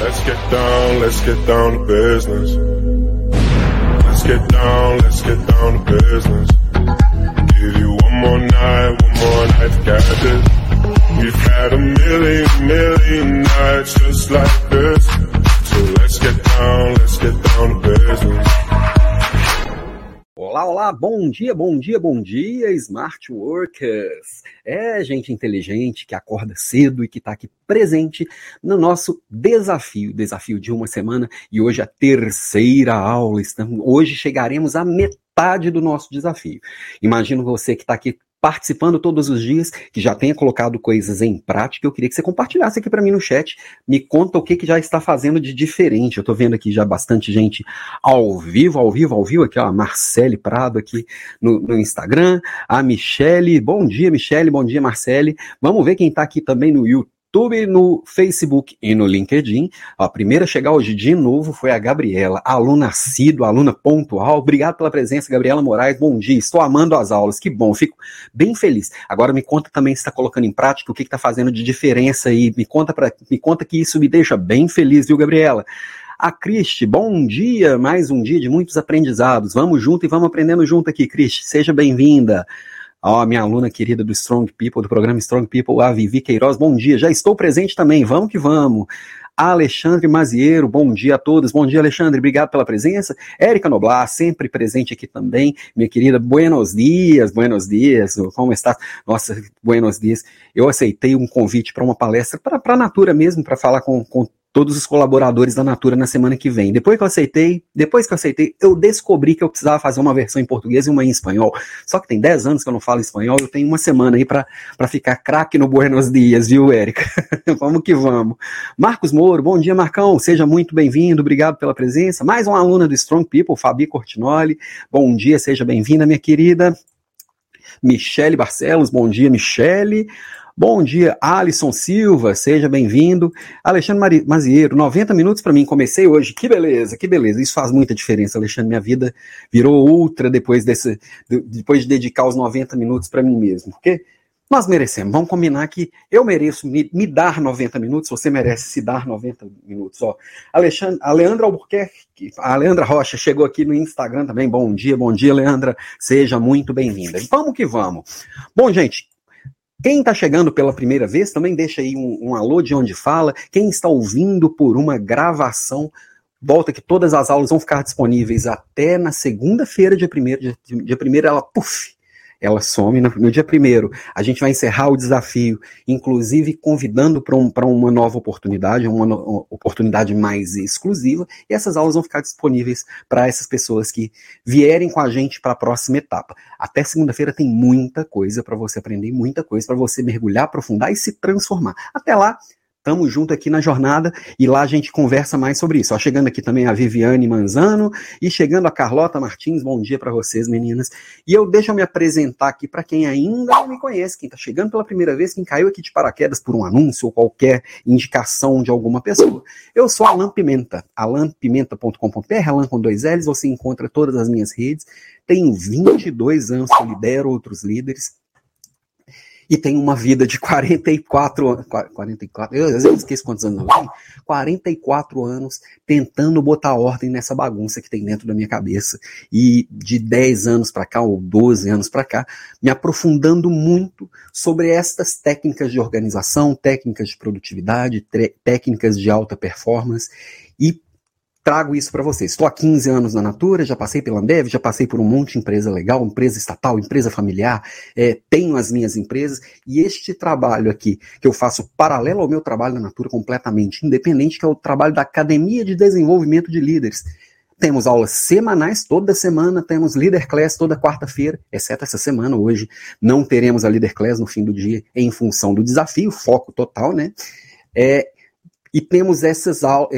Let's get down to business. Let's get down to business. Give you one more night to get this. We've had a million nights just like this. So let's get down to business. Olá, bom dia, Smart Workers. É gente inteligente que acorda cedo e que está aqui presente no nosso desafio de uma semana, e hoje a terceira aula. Hoje chegaremos à metade do nosso desafio. Imagino você que está aqui participando todos os dias, que já tenha colocado coisas em prática. Eu queria que você compartilhasse aqui para mim no chat, me conta o que já está fazendo de diferente. Eu estou vendo aqui já bastante gente ao vivo, aqui ó, a Marcele Prado aqui no Instagram, a Michele, bom dia Marcele, vamos ver quem está aqui também no YouTube, no Facebook e no LinkedIn. A primeira a chegar hoje de novo foi a Gabriela, aluna assídua, aluna pontual. Obrigado pela presença, Gabriela Moraes. Bom dia, estou amando as aulas, que bom, fico bem feliz. Agora me conta também se está colocando em prática, o que está fazendo de diferença aí. Me conta que isso me deixa bem feliz, viu, Gabriela? A Cristi, bom dia, mais um dia de muitos aprendizados. Vamos junto e vamos aprendendo junto aqui, Cristi, seja bem-vinda. Ó, minha aluna querida do Strong People, do programa Strong People, a Vivi Queiroz, bom dia, já estou presente também, vamos que vamos. Alexandre Maziero, bom dia a todos, bom dia Alexandre, obrigado pela presença. Érica Noblar, sempre presente aqui também, minha querida, buenos dias, como está? Nossa, buenos dias, eu aceitei um convite para uma palestra, para a Natura mesmo, para falar com todos os colaboradores da Natura na semana que vem. Depois que eu aceitei, eu descobri que eu precisava fazer uma versão em português e uma em espanhol. Só que tem 10 anos que eu não falo espanhol, eu tenho uma semana aí para ficar craque no Buenos Dias, viu, Érica? Vamos que vamos. Marcos Moro, bom dia, Marcão, seja muito bem-vindo, obrigado pela presença. Mais uma aluna do Strong People, Fabi Cortinoli, bom dia, seja bem-vinda, minha querida. Michele Barcelos, bom dia, Michele. Bom dia, Alisson Silva, seja bem-vindo. Alexandre Maziero, 90 minutos para mim, comecei hoje, que beleza, isso faz muita diferença, Alexandre, minha vida virou outra depois de dedicar os 90 minutos para mim mesmo, porque nós merecemos, vamos combinar que eu mereço me dar 90 minutos, você merece se dar 90 minutos, ó. A Leandra Albuquerque, a Leandra Rocha chegou aqui no Instagram também, bom dia, Leandra, seja muito bem-vinda. Vamos que vamos. Bom, gente, quem está chegando pela primeira vez, também deixa aí um alô de onde fala. Quem está ouvindo por uma gravação, volta que todas as aulas vão ficar disponíveis até na segunda-feira, dia 1º. Dia 1º ela some no dia 1º. A gente vai encerrar o desafio, inclusive convidando para uma nova oportunidade, uma oportunidade mais exclusiva, e essas aulas vão ficar disponíveis para essas pessoas que vierem com a gente para a próxima etapa. Até segunda-feira tem muita coisa para você aprender, muita coisa para você mergulhar, aprofundar e se transformar. Até lá, estamos juntos aqui na jornada e lá a gente conversa mais sobre isso. Ó, chegando aqui também a Viviane Manzano e chegando a Carlota Martins, bom dia para vocês, meninas. E deixa eu me apresentar aqui para quem ainda não me conhece, quem está chegando pela primeira vez, quem caiu aqui de paraquedas por um anúncio ou qualquer indicação de alguma pessoa. Eu sou Alan Pimenta, alanpimenta.com.br, Alan com 2 L's, você encontra todas as minhas redes. Tenho 22 anos que lidero outros líderes. E tem uma vida de 44, eu às vezes esqueço quantos anos eu tenho, 44 anos tentando botar ordem nessa bagunça que tem dentro da minha cabeça. E de 10 anos para cá, ou 12 anos para cá, me aprofundando muito sobre estas técnicas de organização, técnicas de produtividade, técnicas de alta performance, e trago isso para vocês. Estou há 15 anos na Natura, já passei pela Ambev, já passei por um monte de empresa legal, empresa estatal, empresa familiar, tenho as minhas empresas, e este trabalho aqui, que eu faço paralelo ao meu trabalho na Natura, completamente independente, que é o trabalho da Academia de Desenvolvimento de Líderes. Temos aulas semanais, toda semana, temos Leader Class toda quarta-feira, exceto essa semana, hoje não teremos a Leader Class no fim do dia, em função do desafio, foco total, né? E temos esses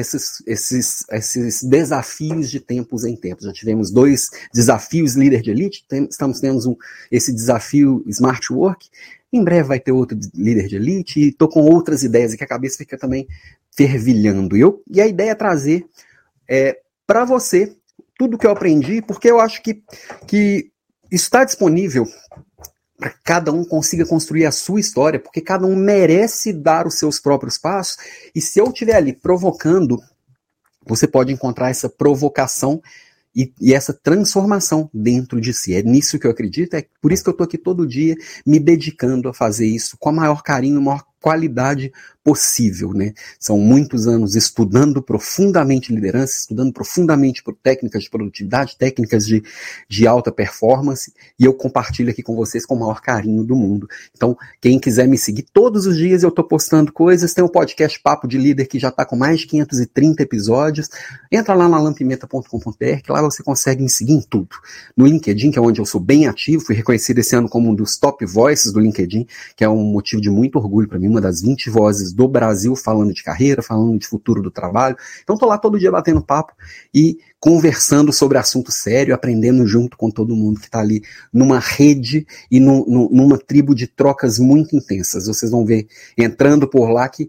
desafios de tempos em tempos. Já tivemos 2 desafios líder de elite, estamos tendo esse desafio Smart Work. Em breve vai ter outro líder de elite, e estou com outras ideias, e que a cabeça fica também fervilhando. E a ideia é trazer para você tudo que eu aprendi, porque eu acho que está disponível para que cada um consiga construir a sua história, porque cada um merece dar os seus próprios passos, e se eu estiver ali provocando, você pode encontrar essa provocação e essa transformação dentro de si. É nisso que eu acredito, é por isso que eu estou aqui todo dia me dedicando a fazer isso com o maior carinho, a maior qualidade possível, né? São muitos anos estudando profundamente liderança, estudando profundamente técnicas de produtividade, técnicas de alta performance, e eu compartilho aqui com vocês com o maior carinho do mundo. Então, quem quiser me seguir, todos os dias eu estou postando coisas, tem o podcast Papo de Líder que já está com mais de 530 episódios, entra lá na lampimenta.com.br, que lá você consegue me seguir em tudo. No LinkedIn, que é onde eu sou bem ativo, fui reconhecido esse ano como um dos top voices do LinkedIn, que é um motivo de muito orgulho para mim, uma das 20 vozes do Brasil falando de carreira, falando de futuro do trabalho. Então tô lá todo dia batendo papo e conversando sobre assunto sério, aprendendo junto com todo mundo que está ali numa rede e numa tribo de trocas muito intensas. Vocês vão ver entrando por lá que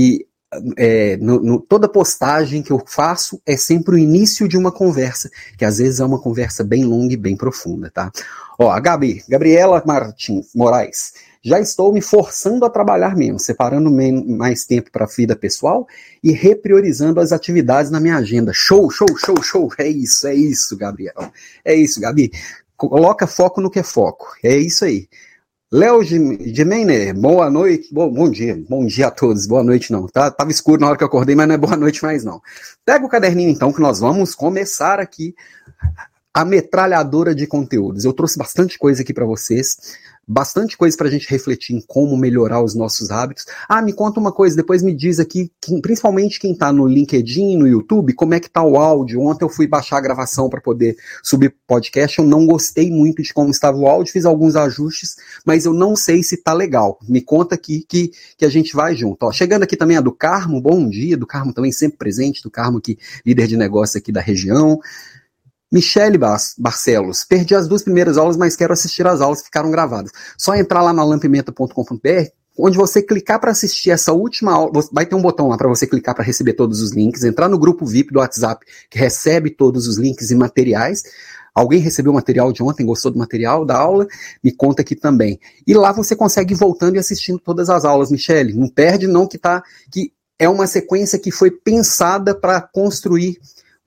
toda postagem que eu faço é sempre o início de uma conversa, que às vezes é uma conversa bem longa e bem profunda, tá? Ó, a Gabriela Martins Moraes. Já estou me forçando a trabalhar menos, separando mais tempo para a vida pessoal e repriorizando as atividades na minha agenda. Show, show, show, show. É isso, Gabriel. É isso, Gabi. Coloca foco no que é foco. É isso aí. Léo Gemeiner, boa noite. Bom dia a todos. Boa noite não. Tava escuro na hora que eu acordei, mas não é boa noite mais não. Pega o caderninho então que nós vamos começar aqui a metralhadora de conteúdos. Eu trouxe bastante coisa aqui para vocês. Bastante coisa pra gente refletir em como melhorar os nossos hábitos. Me conta uma coisa, depois me diz aqui, principalmente quem tá no LinkedIn e no YouTube, como é que tá o áudio. Ontem eu fui baixar a gravação para poder subir podcast, eu não gostei muito de como estava o áudio, fiz alguns ajustes, mas eu não sei se tá legal. Me conta aqui que a gente vai junto. Ó, chegando aqui também a do Carmo, bom dia, do Carmo também sempre presente, do Carmo aqui, líder de negócio aqui da região. Michele Barcelos, perdi as 2 primeiras aulas, mas quero assistir as aulas, ficaram gravadas. Só entrar lá na lampimenta.com.br, onde você clicar para assistir essa última aula, vai ter um botão lá para você clicar para receber todos os links, entrar no grupo VIP do WhatsApp, que recebe todos os links e materiais. Alguém recebeu o material de ontem, gostou do material da aula? Me conta aqui também. E lá você consegue ir voltando e assistindo todas as aulas, Michele. Não perde não, que é uma sequência que foi pensada para construir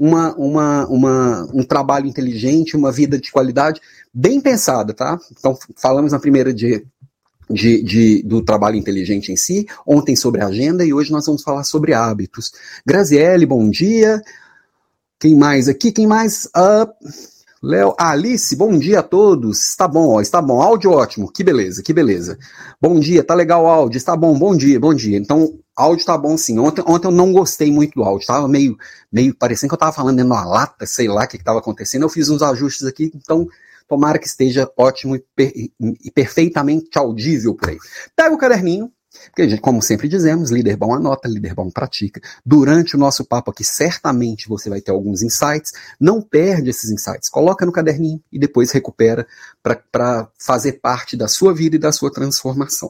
um trabalho inteligente, uma vida de qualidade, bem pensada, tá? Então, falamos na primeira do trabalho inteligente em si, ontem sobre a agenda, e hoje nós vamos falar sobre hábitos. Graziele, bom dia. Quem mais aqui? Léo, Alice, bom dia a todos. Está bom, áudio ótimo, que beleza. Bom dia, tá legal o áudio, está bom dia. Então, áudio tá bom sim. Ontem eu não gostei muito do áudio, tava meio parecendo que eu tava falando dentro de uma lata, sei lá o que tava acontecendo. Eu fiz uns ajustes aqui, então tomara que esteja ótimo e perfeitamente audível por aí. Pega o caderninho, porque, como sempre dizemos, líder bom anota, líder bom pratica. Durante o nosso papo aqui, certamente você vai ter alguns insights. Não perde esses insights. Coloca no caderninho e depois recupera para fazer parte da sua vida e da sua transformação.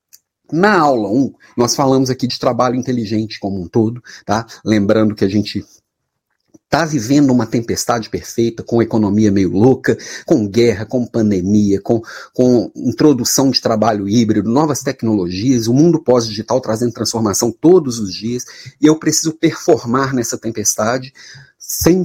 Na aula 1, nós falamos aqui de trabalho inteligente como um todo, tá? Lembrando que a gente está vivendo uma tempestade perfeita, com economia meio louca, com guerra, com pandemia, com introdução de trabalho híbrido, novas tecnologias, o mundo pós-digital trazendo transformação todos os dias, e eu preciso performar nessa tempestade sem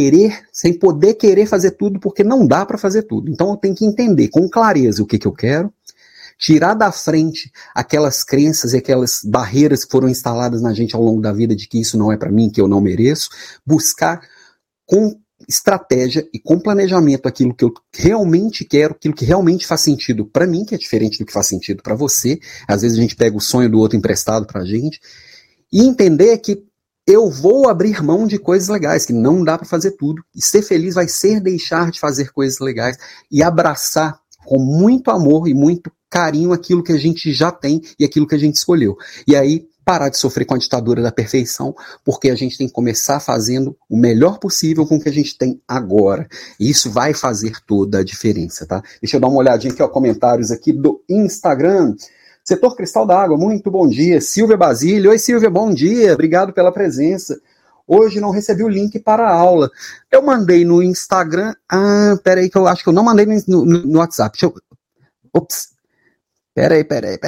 poder querer fazer tudo, porque não dá para fazer tudo. Então eu tenho que entender com clareza o que eu quero, tirar da frente aquelas crenças e aquelas barreiras que foram instaladas na gente ao longo da vida de que isso não é para mim, que eu não mereço, buscar com estratégia e com planejamento aquilo que eu realmente quero, aquilo que realmente faz sentido para mim, que é diferente do que faz sentido para você. Às vezes a gente pega o sonho do outro emprestado pra gente, e entender que eu vou abrir mão de coisas legais, que não dá para fazer tudo, e ser feliz vai ser deixar de fazer coisas legais e abraçar com muito amor e muito carinho aquilo que a gente já tem e aquilo que a gente escolheu. E aí, parar de sofrer com a ditadura da perfeição, porque a gente tem que começar fazendo o melhor possível com o que a gente tem agora. E isso vai fazer toda a diferença, tá? Deixa eu dar uma olhadinha aqui, ó, comentários aqui do Instagram. Setor Cristal da Água, muito bom dia. Silvia Basílio, oi Silvia, bom dia, obrigado pela presença. Hoje não recebi o link para a aula. Eu mandei no Instagram, peraí que eu acho que eu não mandei no WhatsApp. Ops. Peraí.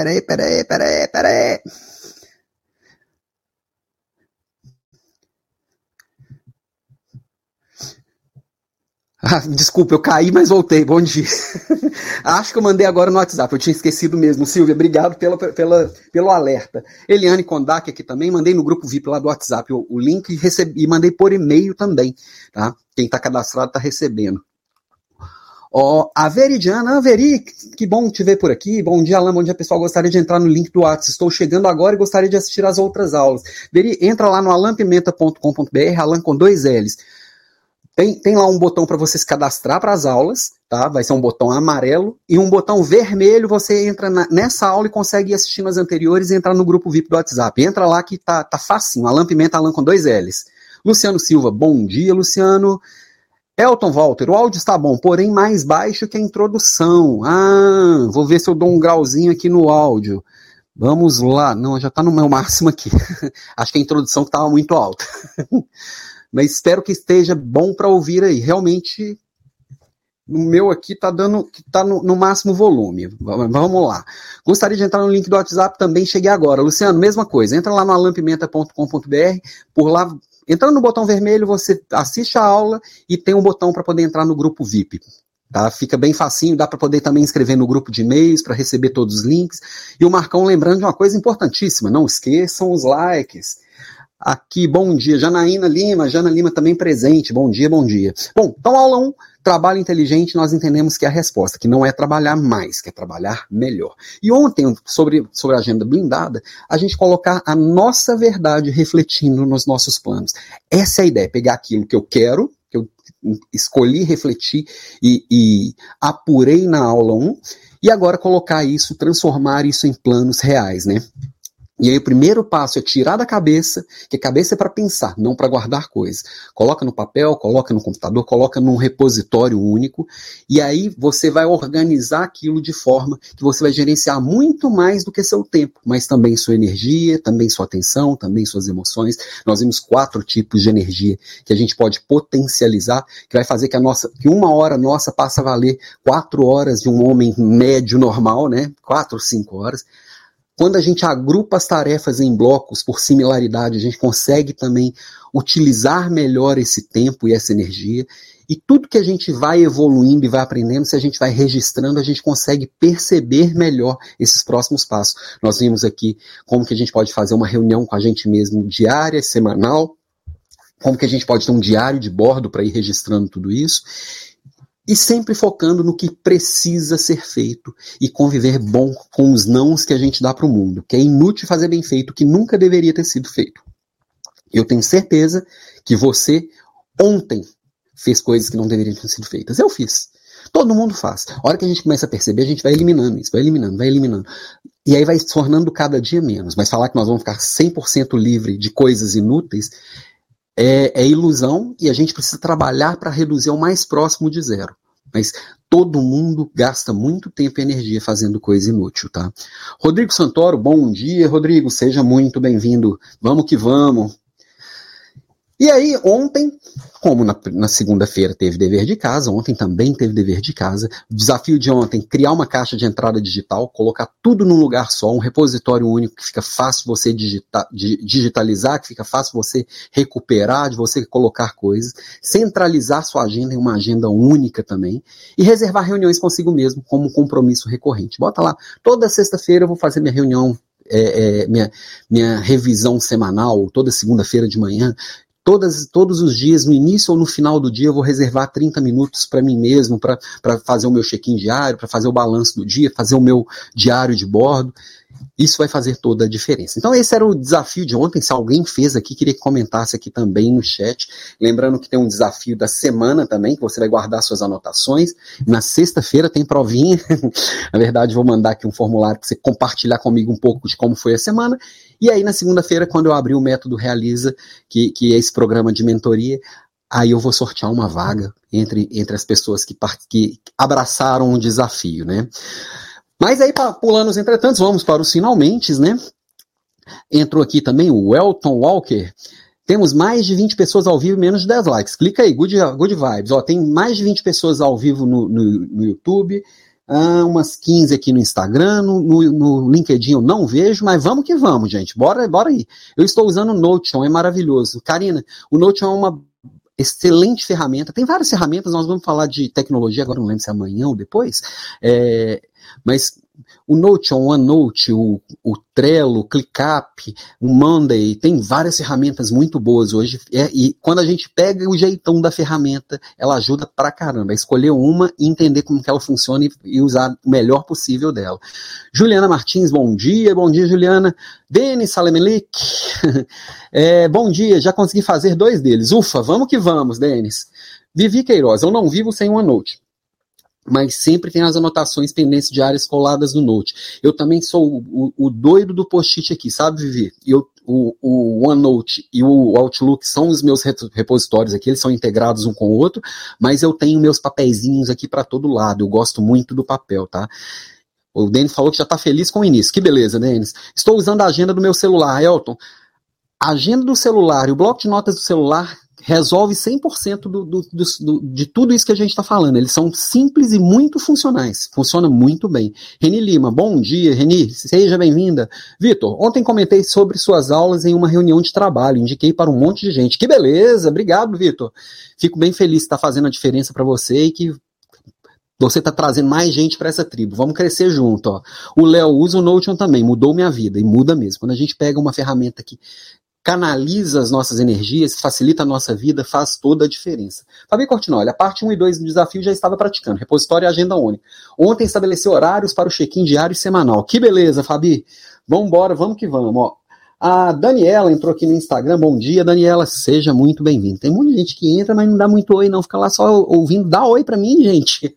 Desculpa, eu caí, mas voltei. Bom dia. Acho que eu mandei agora no WhatsApp. Eu tinha esquecido mesmo. Silvia, obrigado pelo alerta. Eliane Kondak aqui também. Mandei no grupo VIP lá do WhatsApp o link e mandei por e-mail também. Tá? Quem está cadastrado está recebendo. A Veridiana, Veri, que bom te ver por aqui. Bom dia, Alan, bom dia, pessoal. Gostaria de entrar no link do WhatsApp. Estou chegando agora e gostaria de assistir as outras aulas. Veri, entra lá no alampimenta.com.br, Alan com 2 L's. Tem lá um botão para você se cadastrar para as aulas, tá? Vai ser um botão amarelo e um botão vermelho. Você entra nessa aula e consegue ir assistindo as anteriores e entrar no grupo VIP do WhatsApp. Entra lá que tá facinho. Alan Pimenta, Alan com 2 L's. Luciano Silva, bom dia, Luciano. Elton Walter, o áudio está bom, porém mais baixo que a introdução. Vou ver se eu dou um grauzinho aqui no áudio. Vamos lá. Não, já está no meu máximo aqui. Acho que a introdução estava muito alta. Mas espero que esteja bom para ouvir aí. Realmente, o meu aqui está no máximo volume. Vamos lá. Gostaria de entrar no link do WhatsApp também, cheguei agora. Luciano, mesma coisa. Entra lá no alampimenta.com.br, por lá, entrando no botão vermelho, você assiste a aula e tem um botão para poder entrar no grupo VIP. Tá? Fica bem facinho, dá para poder também inscrever no grupo de e-mails para receber todos os links. E o Marcão lembrando de uma coisa importantíssima, não esqueçam os likes. Aqui, bom dia, Jana Lima também presente, bom dia. Bom, então aula 1, trabalho inteligente, nós entendemos que é a resposta, que não é trabalhar mais, que é trabalhar melhor. E ontem, sobre a agenda blindada, a gente colocar a nossa verdade refletindo nos nossos planos. Essa é a ideia, pegar aquilo que eu quero, que eu escolhi refletir e apurei na aula 1, e agora colocar isso, transformar isso em planos reais, né? E aí o primeiro passo é tirar da cabeça, que a cabeça é para pensar, não para guardar coisas. Coloca no papel, coloca no computador, coloca num repositório único, e aí você vai organizar aquilo de forma que você vai gerenciar muito mais do que seu tempo, mas também sua energia, também sua atenção, também suas emoções. Nós vimos 4 tipos de energia que a gente pode potencializar, que vai fazer que 1 hora nossa passe a valer 4 horas de um homem médio normal, né? 4 ou 5 horas. Quando a gente agrupa as tarefas em blocos por similaridade, a gente consegue também utilizar melhor esse tempo e essa energia. E tudo que a gente vai evoluindo e vai aprendendo, se a gente vai registrando, a gente consegue perceber melhor esses próximos passos. Nós vimos aqui como que a gente pode fazer uma reunião com a gente mesmo diária, semanal, como que a gente pode ter um diário de bordo para ir registrando tudo isso. E sempre focando no que precisa ser feito e conviver bom com os nãos que a gente dá para o mundo, que é inútil fazer bem feito, que nunca deveria ter sido feito. Eu tenho certeza que você ontem fez coisas que não deveriam ter sido feitas. Eu fiz. Todo mundo faz. A hora que a gente começa a perceber, a gente vai eliminando isso, vai eliminando. E aí vai se tornando cada dia menos. Mas falar que nós vamos ficar 100% livre de coisas inúteis é ilusão, e a gente precisa trabalhar para reduzir ao mais próximo de zero. Mas todo mundo gasta muito tempo e energia fazendo coisa inútil, tá? Rodrigo Santoro, bom dia, Rodrigo, seja muito bem-vindo. Vamos que vamos. E aí, ontem, como na segunda-feira teve dever de casa, ontem também teve dever de casa. O desafio de ontem, criar uma caixa de entrada digital, colocar tudo num lugar só, um repositório único que fica fácil você digitalizar, que fica fácil você recuperar, de você colocar coisas, centralizar sua agenda em uma agenda única também, e reservar reuniões consigo mesmo como um compromisso recorrente. Bota lá, toda sexta-feira eu vou fazer minha reunião, minha revisão semanal, toda segunda-feira de manhã. Todos os dias, no início ou no final do dia, eu vou reservar 30 minutos para mim mesmo, para fazer o meu check-in diário, para fazer o balanço do dia, fazer o meu diário de bordo. Isso vai fazer toda a diferença. Então esse era o desafio de ontem. Se alguém fez aqui, queria que comentasse aqui também no chat. Lembrando que tem um desafio da semana também, que você vai guardar suas anotações. Na sexta-feira tem provinha. Na verdade, vou mandar aqui um formulário para você compartilhar comigo um pouco de como foi a semana. E aí na segunda-feira, quando eu abrir o Método Realiza, que é esse programa de mentoria, aí eu vou sortear uma vaga entre as pessoas que abraçaram o desafio, né? Mas aí, pulando os entretantos, vamos para os finalmente, né? Entrou aqui também o Elton Walker. Temos mais de 20 pessoas ao vivo e menos de 10 likes. Clica aí, good vibes. Ó, tem mais de 20 pessoas ao vivo no YouTube. umas 15 aqui no Instagram, no LinkedIn eu não vejo, mas vamos que vamos, gente. Bora aí. Eu estou usando o Notion, é maravilhoso. Karina, o Notion é uma excelente ferramenta. Tem várias ferramentas, nós vamos falar de tecnologia, agora não lembro se é amanhã ou depois, mas o Notion, o OneNote, o Trello, o ClickUp, o Monday, tem várias ferramentas muito boas hoje, e quando a gente pega o jeitão da ferramenta, ela ajuda pra caramba, a escolher uma e entender como que ela funciona e usar o melhor possível dela. Juliana Martins, bom dia Juliana. Denis Salemelik, bom dia, já consegui fazer 2 deles, ufa, vamos que vamos, Denis. Vivi Queiroz, eu não vivo sem o OneNote, mas sempre tem as anotações pendentes diárias coladas no Note. Eu também sou o doido do post-it aqui, sabe, Vivi? O OneNote e o Outlook são os meus repositórios aqui, eles são integrados um com o outro, mas eu tenho meus papeizinhos aqui para todo lado, eu gosto muito do papel, tá? O Denis falou que já está feliz com o início, que beleza, Denis. Estou usando a agenda do meu celular, Elton. A agenda do celular e o bloco de notas do celular resolve 100% de tudo isso que a gente está falando. Eles são simples e muito funcionais. Funciona muito bem. Reni Lima, bom dia, Reni, seja bem-vinda. Vitor, ontem comentei sobre suas aulas em uma reunião de trabalho, indiquei para um monte de gente. Que beleza, obrigado, Vitor. Fico bem feliz que está fazendo a diferença para você e que você está trazendo mais gente para essa tribo. Vamos crescer junto. Ó. O Léo usa o Notion também, mudou minha vida, e muda mesmo. Quando a gente pega uma ferramenta que canaliza as nossas energias, facilita a nossa vida, faz toda a diferença. Fabi Cortinoli, a parte 1 e 2 do desafio já estava praticando, repositório e agenda única. Ontem estabeleceu horários para o check-in diário e semanal. Que beleza, Fabi. Vamos embora, vamos que vamos. Ó. A Daniela entrou aqui no Instagram. Bom dia, Daniela, seja muito bem-vinda. Tem muita gente que entra, mas não dá muito oi, não. Fica lá só ouvindo. Dá oi pra mim, gente.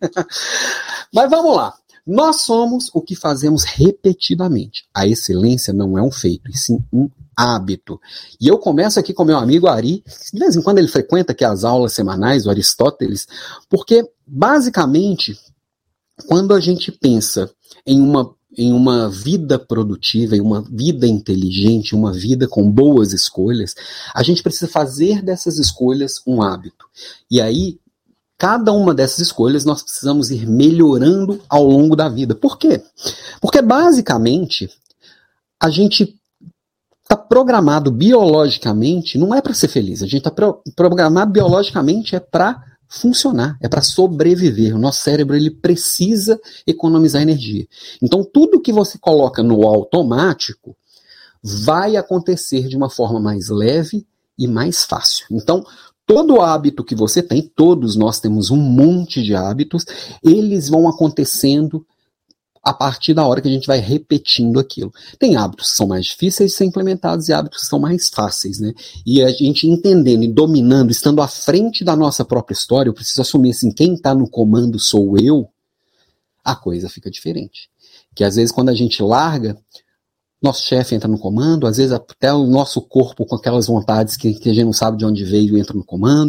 Mas vamos lá. Nós somos o que fazemos repetidamente. A excelência não é um feito, e sim um hábito. E eu começo aqui com meu amigo Ari, de vez em quando ele frequenta aqui as aulas semanais do Aristóteles, porque, basicamente, quando a gente pensa em uma vida produtiva, em uma vida inteligente, uma vida com boas escolhas, a gente precisa fazer dessas escolhas um hábito. E aí, cada uma dessas escolhas nós precisamos ir melhorando ao longo da vida. Por quê? Porque, basicamente, a gente está programado biologicamente, não é para ser feliz, a gente está programado biologicamente para funcionar, é para sobreviver. O nosso cérebro ele precisa economizar energia. Então tudo que você coloca no automático vai acontecer de uma forma mais leve e mais fácil. Então todo hábito que você tem, todos nós temos um monte de hábitos, eles vão acontecendo a partir da hora que a gente vai repetindo aquilo. Tem hábitos que são mais difíceis de ser implementados e hábitos que são mais fáceis, né? E a gente entendendo e dominando, estando à frente da nossa própria história, eu preciso assumir assim, quem está no comando sou eu, a coisa fica diferente. Que às vezes quando a gente larga, nosso chefe entra no comando, às vezes até o nosso corpo com aquelas vontades que a gente não sabe de onde veio entra no comando,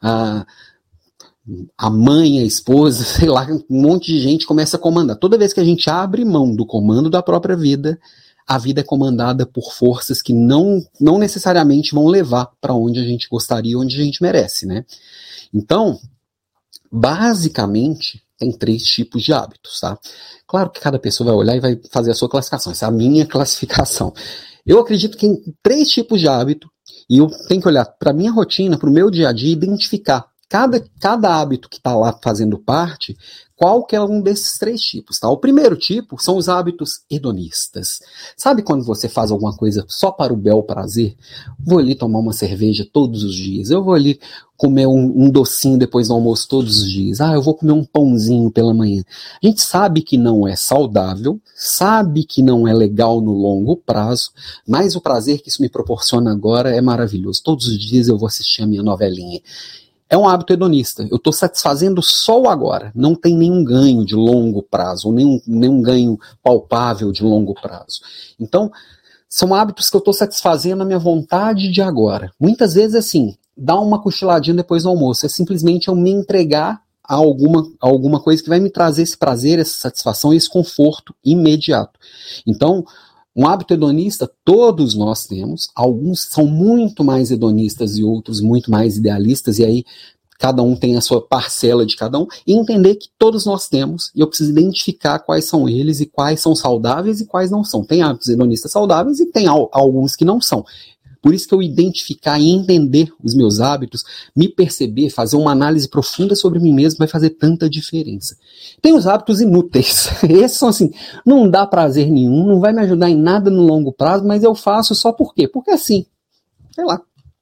a mãe, a esposa, sei lá, um monte de gente começa a comandar. Toda vez que a gente abre mão do comando da própria vida, a vida é comandada por forças que não necessariamente vão levar para onde a gente gostaria, onde a gente merece, né? Então, basicamente, tem 3 tipos de hábitos, tá? Claro que cada pessoa vai olhar e vai fazer a sua classificação. Essa é a minha classificação. Eu acredito que tem 3 tipos de hábito e eu tenho que olhar para a minha rotina, para o meu dia a dia e identificar cada hábito que está lá fazendo parte, qual que é um desses 3 tipos, tá? O primeiro tipo são os hábitos hedonistas. Sabe quando você faz alguma coisa só para o bel prazer? Vou ali tomar uma cerveja todos os dias, eu vou ali comer um docinho depois do almoço todos os dias, eu vou comer um pãozinho pela manhã. A gente sabe que não é saudável, sabe que não é legal no longo prazo, mas o prazer que isso me proporciona agora é maravilhoso. Todos os dias eu vou assistir a minha novelinha. É um hábito hedonista. Eu estou satisfazendo só o agora. Não tem nenhum ganho de longo prazo, ou nenhum ganho palpável de longo prazo. Então, são hábitos que eu estou satisfazendo a minha vontade de agora. Muitas vezes, assim, dá uma cochiladinha depois do almoço. É simplesmente eu me entregar a alguma coisa que vai me trazer esse prazer, essa satisfação e esse conforto imediato. Então, um hábito hedonista todos nós temos, alguns são muito mais hedonistas e outros muito mais idealistas, e aí cada um tem a sua parcela de cada um, e entender que todos nós temos, e eu preciso identificar quais são eles, e quais são saudáveis e quais não são. Tem hábitos hedonistas saudáveis e tem alguns que não são. Por isso que eu identificar e entender os meus hábitos, me perceber, fazer uma análise profunda sobre mim mesmo vai fazer tanta diferença. Tem os hábitos inúteis. Esses são assim, não dá prazer nenhum, não vai me ajudar em nada no longo prazo, mas eu faço só por quê? Porque assim, sei lá.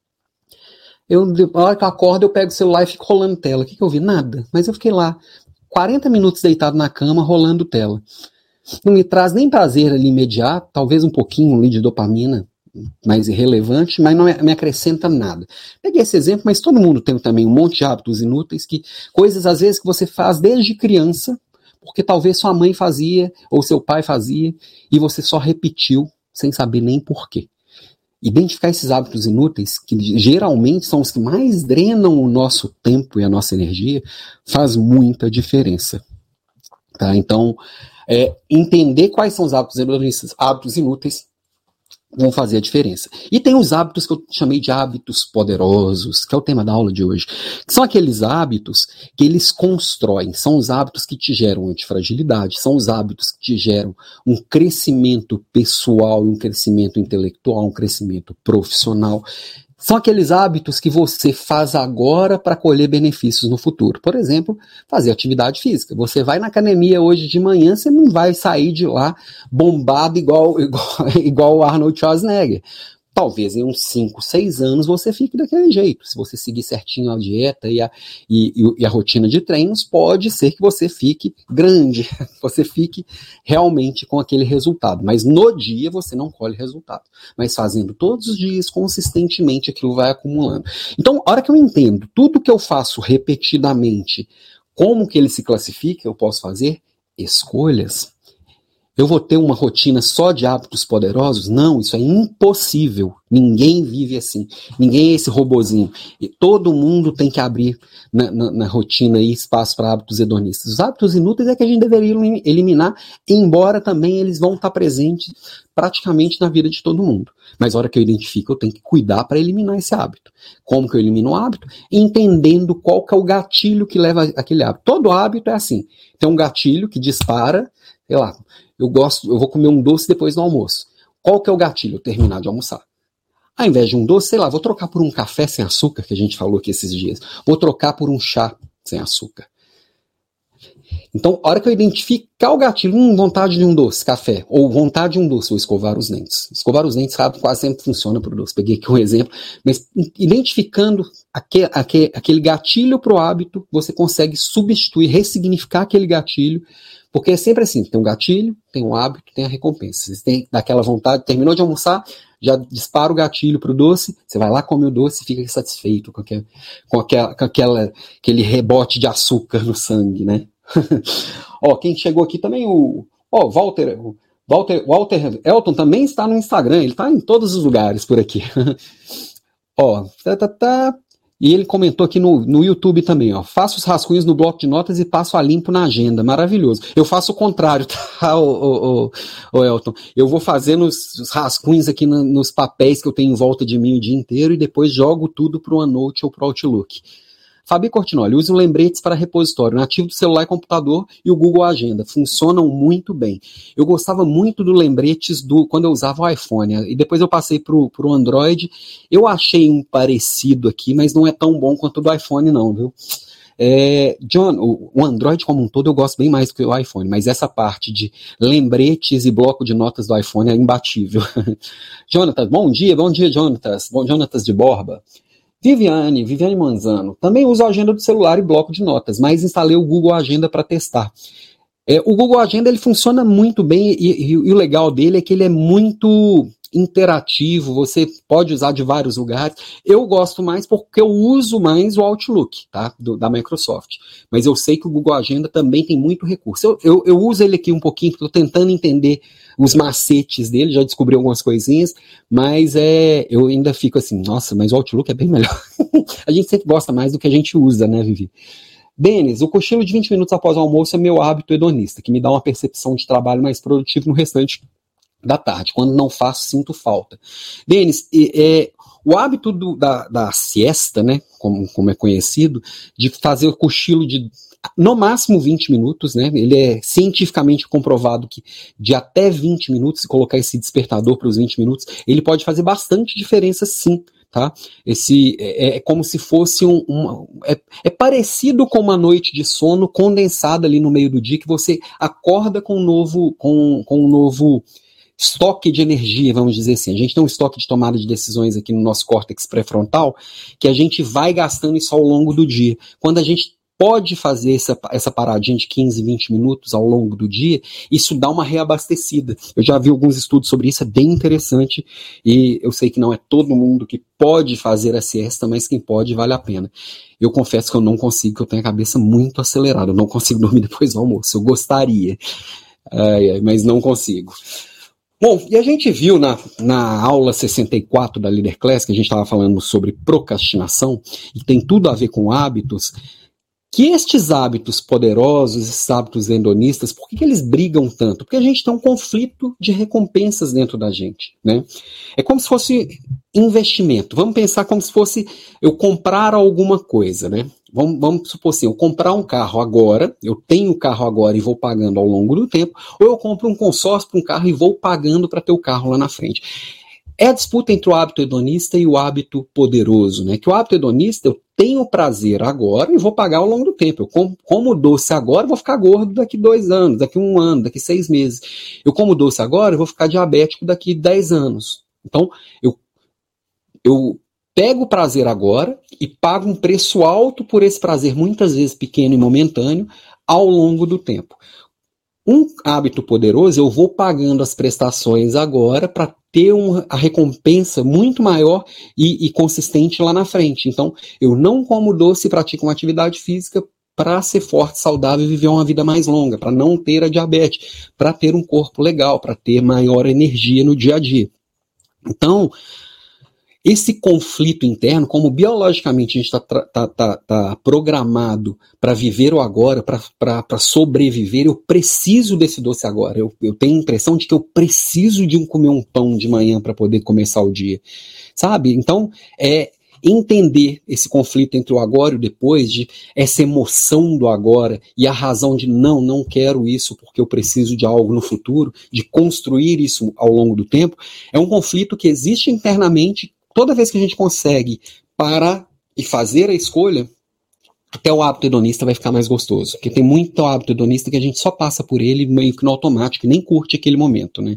Na hora que eu acordo, eu pego o celular e fico rolando tela. O que eu vi? Nada. Mas eu fiquei lá, 40 minutos deitado na cama, rolando tela. Não me traz nem prazer ali imediato, talvez um pouquinho ali de dopamina, mais irrelevante, mas não me acrescenta nada. Peguei esse exemplo, mas todo mundo tem também um monte de hábitos inúteis, coisas às vezes que você faz desde criança, porque talvez sua mãe fazia, ou seu pai fazia, e você só repetiu, sem saber nem porquê. Identificar esses hábitos inúteis, que geralmente são os que mais drenam o nosso tempo e a nossa energia, faz muita diferença. Tá? Então, entender quais são os hábitos inúteis, vão fazer a diferença. E tem os hábitos que eu chamei de hábitos poderosos, que é o tema da aula de hoje, que são aqueles hábitos que eles constroem, são os hábitos que te geram antifragilidade, são os hábitos que te geram um crescimento pessoal, um crescimento intelectual, um crescimento profissional. São aqueles hábitos que você faz agora para colher benefícios no futuro. Por exemplo, fazer atividade física. Você vai na academia hoje de manhã, você não vai sair de lá bombado igual o Arnold Schwarzenegger. Talvez em uns 5, 6 anos você fique daquele jeito. Se você seguir certinho a dieta e a rotina de treinos, pode ser que você fique grande, você fique realmente com aquele resultado. Mas no dia você não colhe resultado. Mas fazendo todos os dias, consistentemente, aquilo vai acumulando. Então, a hora que eu entendo tudo que eu faço repetidamente, como que ele se classifica, eu posso fazer escolhas. Eu vou ter uma rotina só de hábitos poderosos? Não, isso é impossível. Ninguém vive assim. Ninguém é esse robozinho. E todo mundo tem que abrir na rotina aí espaço para hábitos hedonistas. Os hábitos inúteis é que a gente deveria eliminar, embora também eles vão estar presentes praticamente na vida de todo mundo. Mas a hora que eu identifico, eu tenho que cuidar para eliminar esse hábito. Como que eu elimino o hábito? Entendendo qual que é o gatilho que leva aquele hábito. Todo hábito é assim. Tem um gatilho que dispara, sei lá, eu vou comer um doce depois do almoço. Qual que é o gatilho? Eu terminar de almoçar. Ao invés de um doce, sei lá, vou trocar por um café sem açúcar, que a gente falou aqui esses dias. Vou trocar por um chá sem açúcar. Então, a hora que eu identificar o gatilho, vontade de um doce, café, ou vontade de um doce, vou escovar os dentes. Escovar os dentes, sabe, quase sempre funciona para o doce. Peguei aqui um exemplo, mas identificando aquele gatilho para o hábito, você consegue substituir, ressignificar aquele gatilho, porque é sempre assim, tem um gatilho, tem um hábito, tem a recompensa. Você tem daquela vontade, terminou de almoçar, já dispara o gatilho pro doce, você vai lá, come o doce e fica satisfeito com aquele rebote de açúcar no sangue, né? Quem chegou aqui também, Walter Elton também está no Instagram, ele está em todos os lugares por aqui. E ele comentou aqui no YouTube também, faço os rascunhos no bloco de notas e passo a limpo na agenda, maravilhoso. Eu faço o contrário, tá, o Elton? Eu vou fazendo os rascunhos aqui nos papéis que eu tenho em volta de mim o dia inteiro e depois jogo tudo para o OneNote ou para o Outlook. Fabi Cortinoli, uso lembretes para repositório, nativo do celular e computador e o Google Agenda, funcionam muito bem. Eu gostava muito do lembretes quando eu usava o iPhone, e depois eu passei para o Android, eu achei um parecido aqui, mas não é tão bom quanto o do iPhone não, viu? John, o Android como um todo eu gosto bem mais do que o iPhone, mas essa parte de lembretes e bloco de notas do iPhone é imbatível. Jonatas, bom dia Jonatas, bom Jonatas de Borba. Viviane Manzano, também uso a agenda do celular e bloco de notas, mas instalei o Google Agenda para testar. O Google Agenda ele funciona muito bem e o legal dele é que ele é muito interativo, você pode usar de vários lugares. Eu gosto mais porque eu uso mais o Outlook, tá? Da Microsoft. Mas eu sei que o Google Agenda também tem muito recurso. Eu uso ele aqui um pouquinho, estou tentando entender os macetes dele, já descobri algumas coisinhas, mas eu ainda fico assim, nossa, mas o Outlook é bem melhor. A gente sempre gosta mais do que a gente usa, né, Vivi? Denis, o cochilo de 20 minutos após o almoço é meu hábito hedonista, que me dá uma percepção de trabalho mais produtivo no restante da tarde. Quando não faço, sinto falta. Denis, o hábito da siesta, né, como é conhecido, de fazer o cochilo de no máximo 20 minutos, né? Ele é cientificamente comprovado que de até 20 minutos, se colocar esse despertador para os 20 minutos, ele pode fazer bastante diferença, sim. Tá? É como se fosse é parecido com uma noite de sono condensada ali no meio do dia, que você acorda com um novo estoque de energia, vamos dizer assim. A gente tem um estoque de tomada de decisões aqui no nosso córtex pré-frontal, que a gente vai gastando isso ao longo do dia. Quando a gente pode fazer essa paradinha de 15, 20 minutos ao longo do dia, isso dá uma reabastecida. Eu já vi alguns estudos sobre isso, é bem interessante, e eu sei que não é todo mundo que pode fazer a siesta, mas quem pode, vale a pena. Eu confesso que eu não consigo, que eu tenho a cabeça muito acelerada, eu não consigo dormir depois do almoço, eu gostaria, mas não consigo. Bom, e a gente viu na aula 64 da Leader Class, que a gente estava falando sobre procrastinação, e tem tudo a ver com hábitos, que estes hábitos poderosos, esses hábitos hedonistas, por que eles brigam tanto? Porque a gente tem um conflito de recompensas dentro da gente, né? É como se fosse investimento. Vamos pensar como se fosse eu comprar alguma coisa, né? Vamos supor assim, eu comprar um carro agora, eu tenho o carro agora e vou pagando ao longo do tempo, ou eu compro um consórcio para um carro e vou pagando para ter o carro lá na frente. É a disputa entre o hábito hedonista e o hábito poderoso, né? Que o hábito hedonista, eu tenho prazer agora e vou pagar ao longo do tempo. Eu como doce agora, vou ficar gordo daqui 2 anos, daqui 1 ano, daqui 6 meses. Eu como doce agora e vou ficar diabético daqui 10 anos. Então, eu pego o prazer agora e pago um preço alto por esse prazer, muitas vezes pequeno e momentâneo, ao longo do tempo. Um hábito poderoso, eu vou pagando as prestações agora para ter a recompensa muito maior e consistente lá na frente. Então, eu não como doce e pratico uma atividade física para ser forte, saudável e viver uma vida mais longa, para não ter a diabetes, para ter um corpo legal, para ter maior energia no dia a dia. Então, esse conflito interno, como biologicamente a gente está programado para viver o agora, para sobreviver, eu preciso desse doce agora. Eu tenho a impressão de que eu preciso de comer um pão de manhã para poder começar o dia, sabe? Então, entender esse conflito entre o agora e o depois, de essa emoção do agora e a razão de não quero isso porque eu preciso de algo no futuro, de construir isso ao longo do tempo, é um conflito que existe internamente. Toda vez que a gente consegue parar e fazer a escolha, até o hábito hedonista vai ficar mais gostoso. Porque tem muito hábito hedonista que a gente só passa por ele meio que no automático e nem curte aquele momento, né?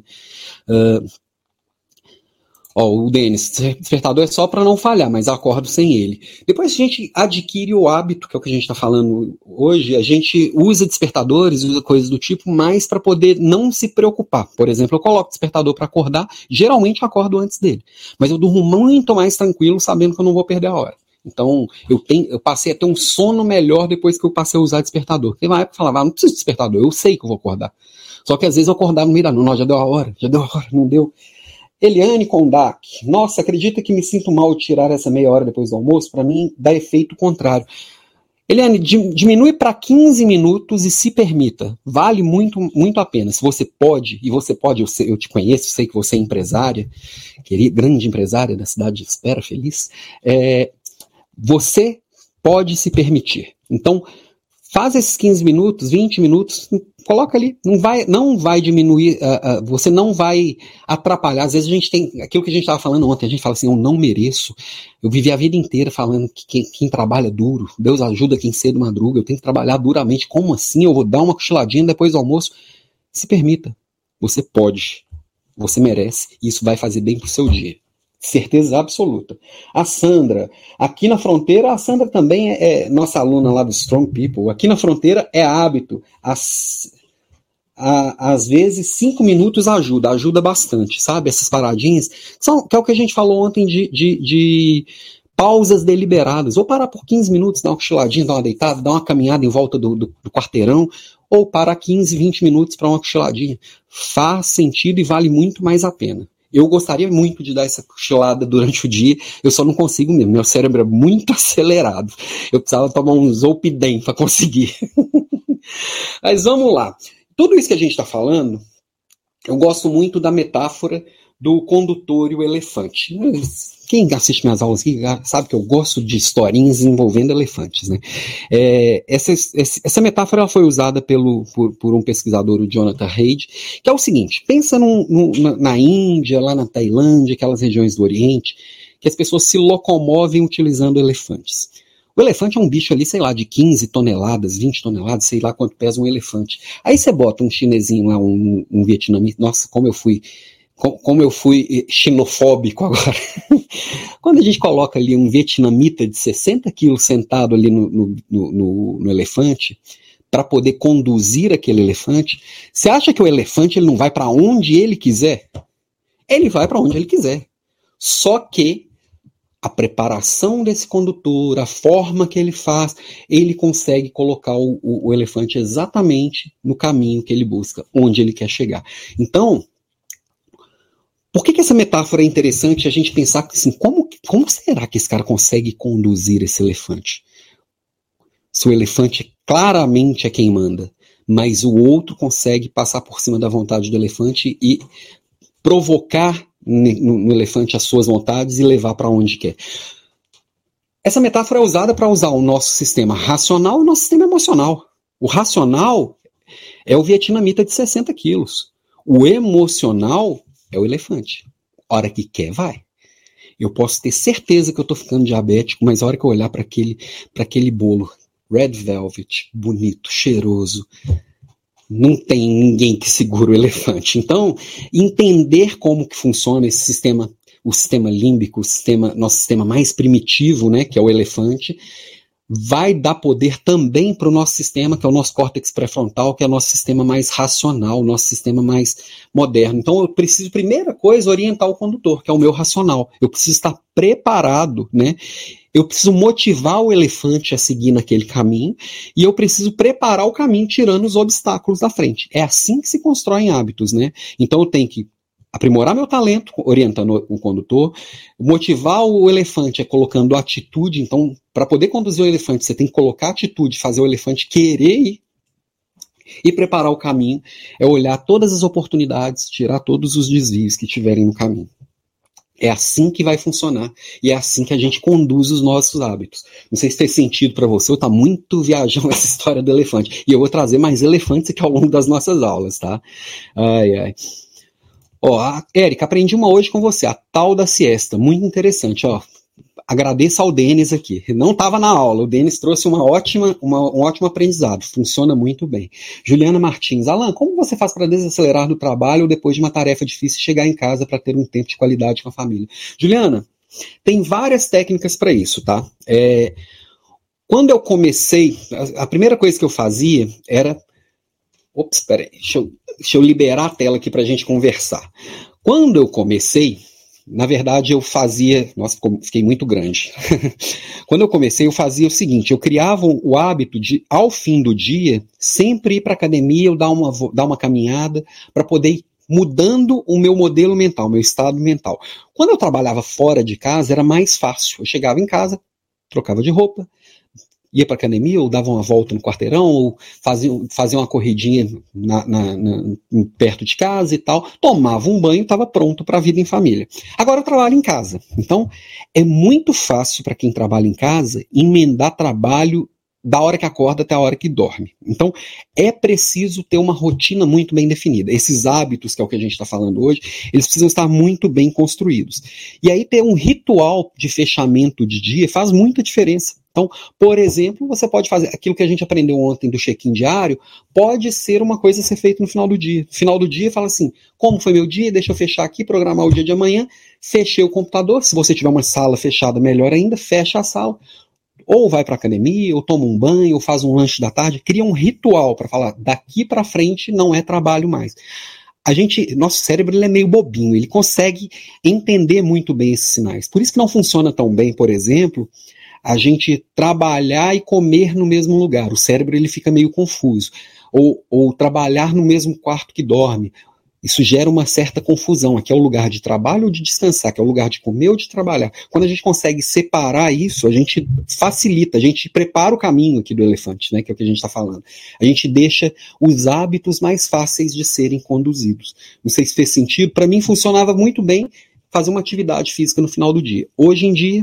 O Denis, despertador é só para não falhar, mas acordo sem ele. Depois a gente adquire o hábito, que é o que a gente está falando hoje, a gente usa despertadores, usa coisas do tipo, mais para poder não se preocupar. Por exemplo, eu coloco o despertador para acordar, geralmente eu acordo antes dele. Mas eu durmo muito mais tranquilo, sabendo que eu não vou perder a hora. Então, eu passei a ter um sono melhor depois que eu passei a usar despertador. Tem uma época que eu falava, não preciso de despertador, eu sei que eu vou acordar. Só que às vezes eu acordava no meio da noite, já deu a hora, não deu. Eliane Kondak, nossa, acredita que me sinto mal de tirar essa meia hora depois do almoço? Para mim, dá efeito contrário. Eliane, diminui para 15 minutos e se permita. Vale muito, muito a pena. Se você pode, eu te conheço, sei que você é empresária, grande empresária da cidade de Espera Feliz, você pode se permitir. Então, faz esses 15 minutos, 20 minutos, coloca ali, não vai diminuir, você não vai atrapalhar. Às vezes a gente tem, aquilo que a gente estava falando ontem, a gente fala assim, eu não mereço. Eu vivi a vida inteira falando que quem trabalha duro, Deus ajuda quem cedo madruga, eu tenho que trabalhar duramente, como assim? Eu vou dar uma cochiladinha depois do almoço? Se permita, você pode, você merece, e isso vai fazer bem pro seu dia. Certeza absoluta. A Sandra, aqui na fronteira, a Sandra também é nossa aluna lá do Strong People. Aqui na fronteira é hábito. Às vezes 5 minutos ajuda bastante, sabe? Essas paradinhas, que é o que a gente falou ontem de pausas deliberadas. Vou parar por 15 minutos, dar uma cochiladinha, dar uma deitada, dar uma caminhada em volta do quarteirão, ou parar 15, 20 minutos para uma cochiladinha. Faz sentido e vale muito mais a pena. Eu gostaria muito de dar essa cochilada durante o dia, eu só não consigo mesmo, meu cérebro é muito acelerado. Eu precisava tomar um Zolpidem para conseguir. Mas vamos lá. Tudo isso que a gente está falando eu gosto muito da metáfora do condutor e o elefante. Quem assiste minhas aulas aqui sabe que eu gosto de historinhas envolvendo elefantes, né? Essa metáfora ela foi usada por um pesquisador, o Jonathan Haidt, que é o seguinte: pensa na Índia, lá na Tailândia, aquelas regiões do Oriente, que as pessoas se locomovem utilizando elefantes. O elefante é um bicho ali, sei lá, de 15 toneladas, 20 toneladas, sei lá quanto pesa um elefante. Aí você bota um chinesinho lá, um vietnamita. Nossa, como eu fui xenofóbico agora. Quando a gente coloca ali um vietnamita de 60 quilos sentado ali no elefante, para poder conduzir aquele elefante, você acha que o elefante ele não vai para onde ele quiser? Ele vai para onde ele quiser. Só que a preparação desse condutor, a forma que ele faz, ele consegue colocar o elefante exatamente no caminho que ele busca, onde ele quer chegar. Então, por que essa metáfora é interessante a gente pensar assim, como será que esse cara consegue conduzir esse elefante? Se o elefante claramente é quem manda, mas o outro consegue passar por cima da vontade do elefante e provocar no elefante as suas vontades e levar para onde quer. Essa metáfora é usada para usar o nosso sistema racional e o nosso sistema emocional. O racional é o vietnamita de 60 quilos. O emocional é o elefante. A hora que quer, vai. Eu posso ter certeza que eu estou ficando diabético, mas a hora que eu olhar para aquele bolo red velvet, bonito, cheiroso, não tem ninguém que segura o elefante. Então, entender como que funciona esse sistema, o sistema límbico, nosso sistema mais primitivo, né, que é o elefante, vai dar poder também para o nosso sistema, que é o nosso córtex pré-frontal, que é o nosso sistema mais racional, o nosso sistema mais moderno. Então, eu preciso, primeira coisa, orientar o condutor, que é o meu racional. Eu preciso estar preparado, né? Eu preciso motivar o elefante a seguir naquele caminho e eu preciso preparar o caminho tirando os obstáculos da frente. É assim que se constroem hábitos, né? Então eu tenho que aprimorar meu talento, orientando o condutor, motivar o elefante colocando atitude. Então, para poder conduzir o elefante, você tem que colocar atitude, fazer o elefante querer ir. E preparar o caminho é olhar todas as oportunidades, tirar todos os desvios que tiverem no caminho. É assim que vai funcionar e é assim que a gente conduz os nossos hábitos. Não sei se fez sentido para você, ou tá muito viajando essa história do elefante. E eu vou trazer mais elefantes aqui ao longo das nossas aulas, tá? Ai. Ó, Érica, aprendi uma hoje com você, a tal da siesta. Muito interessante, ó. Agradeço ao Denis aqui. Não estava na aula, o Denis trouxe um ótimo aprendizado. Funciona muito bem. Juliana Martins. Alan, como você faz para desacelerar do trabalho depois de uma tarefa difícil chegar em casa para ter um tempo de qualidade com a família? Juliana, tem várias técnicas para isso, tá? Quando eu comecei, a primeira coisa que eu fazia era... Ops, peraí, deixa eu liberar a tela aqui para a gente conversar. Quando eu comecei... Na verdade, eu fazia... Nossa, fiquei muito grande. Quando eu comecei, eu fazia o seguinte, eu criava o hábito de, ao fim do dia, sempre ir para a academia, eu dar uma caminhada, para poder ir mudando o meu modelo mental, meu estado mental. Quando eu trabalhava fora de casa, era mais fácil. Eu chegava em casa, trocava de roupa, ia para a academia, ou dava uma volta no quarteirão, ou fazia uma corridinha perto de casa e tal, tomava um banho e estava pronto para a vida em família. Agora eu trabalho em casa, então é muito fácil para quem trabalha em casa emendar trabalho da hora que acorda até a hora que dorme. Então é preciso ter uma rotina muito bem definida. Esses hábitos, que é o que a gente está falando hoje, eles precisam estar muito bem construídos. E aí ter um ritual de fechamento de dia faz muita diferença. Então, por exemplo, você pode fazer aquilo que a gente aprendeu ontem do check-in diário, pode ser uma coisa a ser feita no final do dia. No final do dia, fala assim, como foi meu dia, deixa eu fechar aqui, programar o dia de amanhã, fechei o computador, se você tiver uma sala fechada, melhor ainda, fecha a sala, ou vai para a academia, ou toma um banho, ou faz um lanche da tarde, cria um ritual para falar, daqui para frente não é trabalho mais. Nosso cérebro ele é meio bobinho, ele consegue entender muito bem esses sinais. Por isso que não funciona tão bem, por exemplo, a gente trabalhar e comer no mesmo lugar. O cérebro ele fica meio confuso. Ou trabalhar no mesmo quarto que dorme. Isso gera uma certa confusão. Aqui é o lugar de trabalho ou de descansar, aqui é o lugar de comer ou de trabalhar. Quando a gente consegue separar isso, a gente facilita, a gente prepara o caminho aqui do elefante, né, que é o que a gente está falando. A gente deixa os hábitos mais fáceis de serem conduzidos. Não sei se fez sentido. Para mim funcionava muito bem fazer uma atividade física no final do dia. Hoje em dia,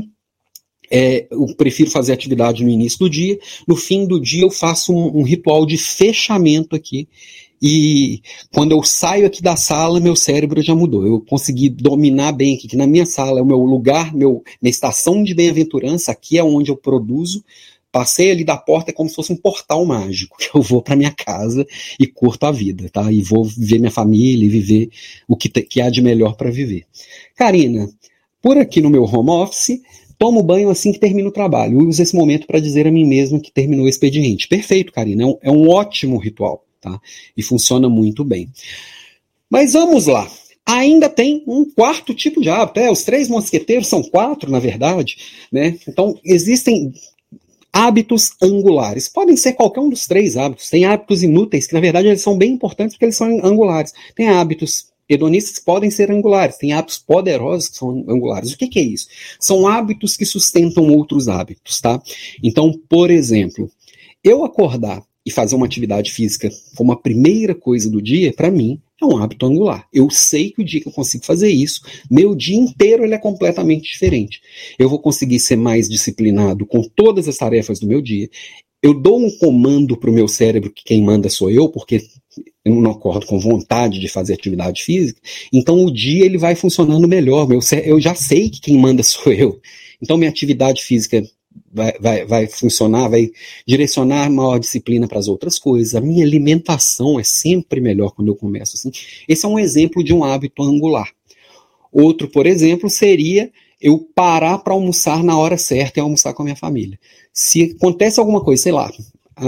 eu prefiro fazer atividade no início do dia. No fim do dia eu faço um ritual de fechamento aqui. E quando eu saio aqui da sala, meu cérebro já mudou. Eu consegui dominar bem aqui, que na minha sala é o meu lugar, minha estação de bem-aventurança, aqui é onde eu produzo. Passei ali da porta, é como se fosse um portal mágico, que eu vou para minha casa e curto a vida, tá? E vou ver minha família e viver o que há de melhor para viver. Karina, por aqui no meu home office, tomo banho assim que termino o trabalho. Eu uso esse momento para dizer a mim mesmo que terminou o expediente. Perfeito, Karina, é um ótimo ritual. Tá? E funciona muito bem. Mas vamos lá. Ainda tem um quarto tipo de hábito. Os 3 mosqueteiros são 4, na verdade. Né? Então, existem hábitos angulares. Podem ser qualquer um dos 3 hábitos. Tem hábitos inúteis, que na verdade eles são bem importantes porque eles são angulares. Tem hábitos hedonistas que podem ser angulares. Tem hábitos poderosos que são angulares. O que é isso? São hábitos que sustentam outros hábitos. Tá? Então, por exemplo, eu acordar e fazer uma atividade física como a primeira coisa do dia, para mim, é um hábito angular. Eu sei que o dia que eu consigo fazer isso, meu dia inteiro ele é completamente diferente. Eu vou conseguir ser mais disciplinado com todas as tarefas do meu dia. Eu dou um comando para o meu cérebro que quem manda sou eu, porque eu não acordo com vontade de fazer atividade física. Então o dia ele vai funcionando melhor. Eu já sei que quem manda sou eu. Então minha atividade física vai funcionar, vai direcionar maior disciplina para as outras coisas. A minha alimentação é sempre melhor quando eu começo assim. Esse é um exemplo de um hábito angular. Outro, por exemplo, seria eu parar para almoçar na hora certa e almoçar com a minha família. Se acontece alguma coisa, sei lá,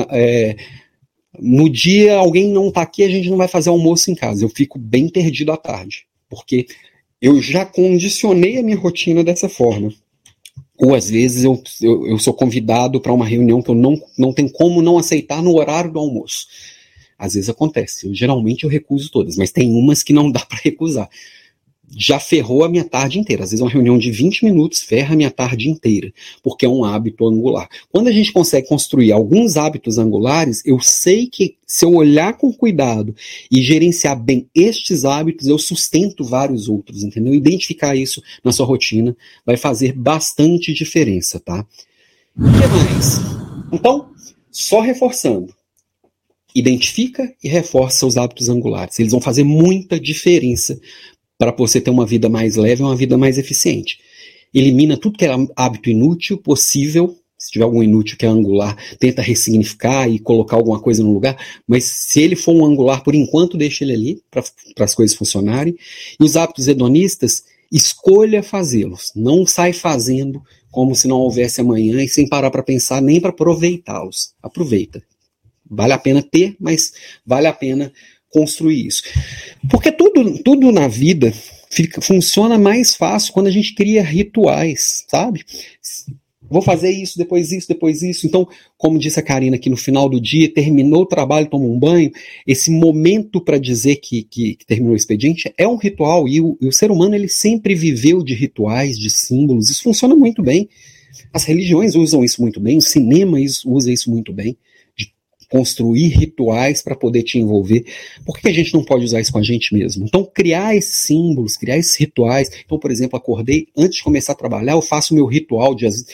no dia alguém não está aqui, a gente não vai fazer almoço em casa. Eu fico bem perdido à tarde, porque eu já condicionei a minha rotina dessa forma. Ou às vezes eu sou convidado para uma reunião que eu não tenho como não aceitar no horário do almoço. Às vezes acontece. Geralmente eu recuso todas, mas tem umas que não dá para recusar. Já ferrou a minha tarde inteira. Às vezes uma reunião de 20 minutos ferra a minha tarde inteira, porque é um hábito angular. Quando a gente consegue construir alguns hábitos angulares, eu sei que se eu olhar com cuidado e gerenciar bem estes hábitos, eu sustento vários outros, entendeu? Identificar isso na sua rotina vai fazer bastante diferença, tá? O que mais? Então, só reforçando. Identifica e reforça os hábitos angulares. Eles vão fazer muita diferença para você ter uma vida mais leve e uma vida mais eficiente. Elimina tudo que é hábito inútil possível. Se tiver algum inútil que é angular, tenta ressignificar e colocar alguma coisa no lugar, mas se ele for um angular, por enquanto, deixa ele ali para as coisas funcionarem. E os hábitos hedonistas, escolha fazê-los. Não sai fazendo como se não houvesse amanhã e sem parar para pensar nem para aproveitá-los. Aproveita. Vale a pena ter, mas vale a pena construir isso. Porque tudo na vida funciona mais fácil quando a gente cria rituais, sabe? Vou fazer isso, depois isso, depois isso. Então, como disse a Karina aqui no final do dia, terminou o trabalho, toma um banho. Esse momento para dizer que terminou o expediente é um ritual. E o ser humano ele sempre viveu de rituais, de símbolos. Isso funciona muito bem. As religiões usam isso muito bem, o cinema usa isso muito bem. Construir rituais para poder te envolver. Por que a gente não pode usar isso com a gente mesmo? Então, criar esses símbolos, criar esses rituais. Então, por exemplo, acordei, antes de começar a trabalhar, eu faço o meu ritual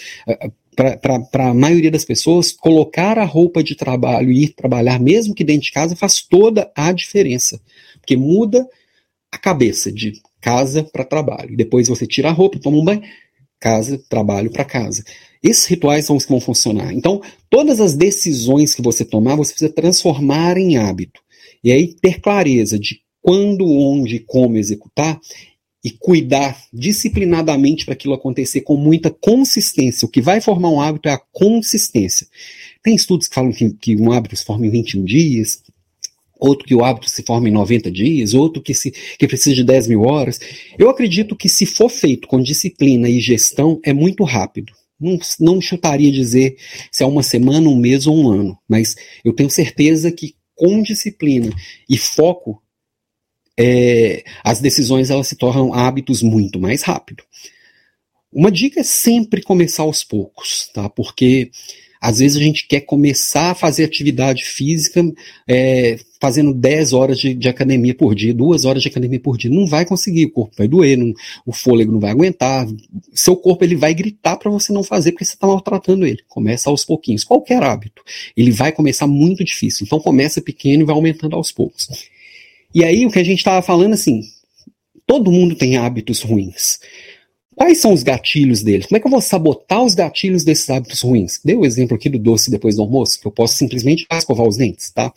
para a maioria das pessoas, colocar a roupa de trabalho e ir trabalhar, mesmo que dentro de casa, faz toda a diferença. Porque muda a cabeça de casa para trabalho. E depois você tira a roupa, toma um banho, casa, trabalho para casa. Esses rituais são os que vão funcionar. Então, todas as decisões que você tomar, você precisa transformar em hábito. E aí ter clareza de quando, onde e como executar e cuidar disciplinadamente para aquilo acontecer com muita consistência. O que vai formar um hábito é a consistência. Tem estudos que falam que um hábito se forma em 21 dias, outro que o hábito se forma em 90 dias, outro que precisa de 10 mil horas. Eu acredito que se for feito com disciplina e gestão, é muito rápido. Não chutaria dizer se é uma semana, um mês ou um ano, mas eu tenho certeza que com disciplina e foco, as decisões elas se tornam hábitos muito mais rápido. Uma dica é sempre começar aos poucos, tá? Porque às vezes a gente quer começar a fazer atividade física fazendo 10 horas de academia por dia, 2 horas de academia por dia. Não vai conseguir, o corpo vai doer, o fôlego não vai aguentar, seu corpo ele vai gritar para você não fazer porque você está maltratando ele. Começa aos pouquinhos. Qualquer hábito, ele vai começar muito difícil. Então começa pequeno e vai aumentando aos poucos. E aí o que a gente estava falando assim, todo mundo tem hábitos ruins. Quais são os gatilhos deles? Como é que eu vou sabotar os gatilhos desses hábitos ruins? Dei o exemplo aqui do doce depois do almoço, que eu posso simplesmente escovar os dentes, tá?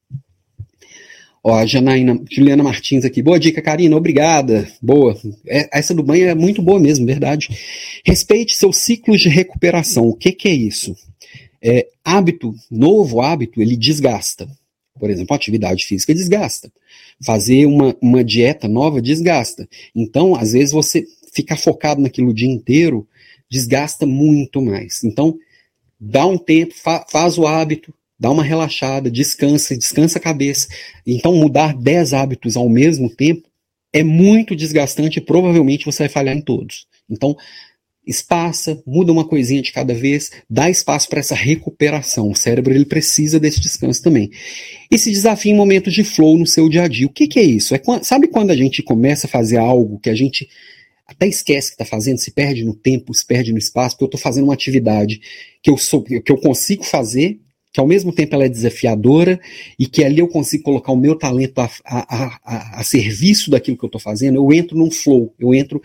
Ó, a Juliana Martins aqui. Boa dica, Karina, obrigada. Boa. Essa do banho é muito boa mesmo, verdade. Respeite seus ciclos de recuperação. O que é isso? Novo hábito, ele desgasta. Por exemplo, atividade física desgasta. Fazer uma dieta nova desgasta. Então, às vezes, você ficar focado naquilo o dia inteiro desgasta muito mais. Então, dá um tempo, faz o hábito, dá uma relaxada, descansa a cabeça. Então, mudar 10 hábitos ao mesmo tempo é muito desgastante e provavelmente você vai falhar em todos. Então, espaça, muda uma coisinha de cada vez, dá espaço para essa recuperação. O cérebro ele precisa desse descanso também. E se desafia em momentos de flow no seu dia a dia. O que é isso? Sabe quando a gente começa a fazer algo que a gente até esquece que está fazendo, se perde no tempo, se perde no espaço, porque eu estou fazendo uma atividade que eu consigo fazer, que ao mesmo tempo ela é desafiadora, e que ali eu consigo colocar o meu talento a serviço daquilo que eu estou fazendo, eu entro num flow, eu entro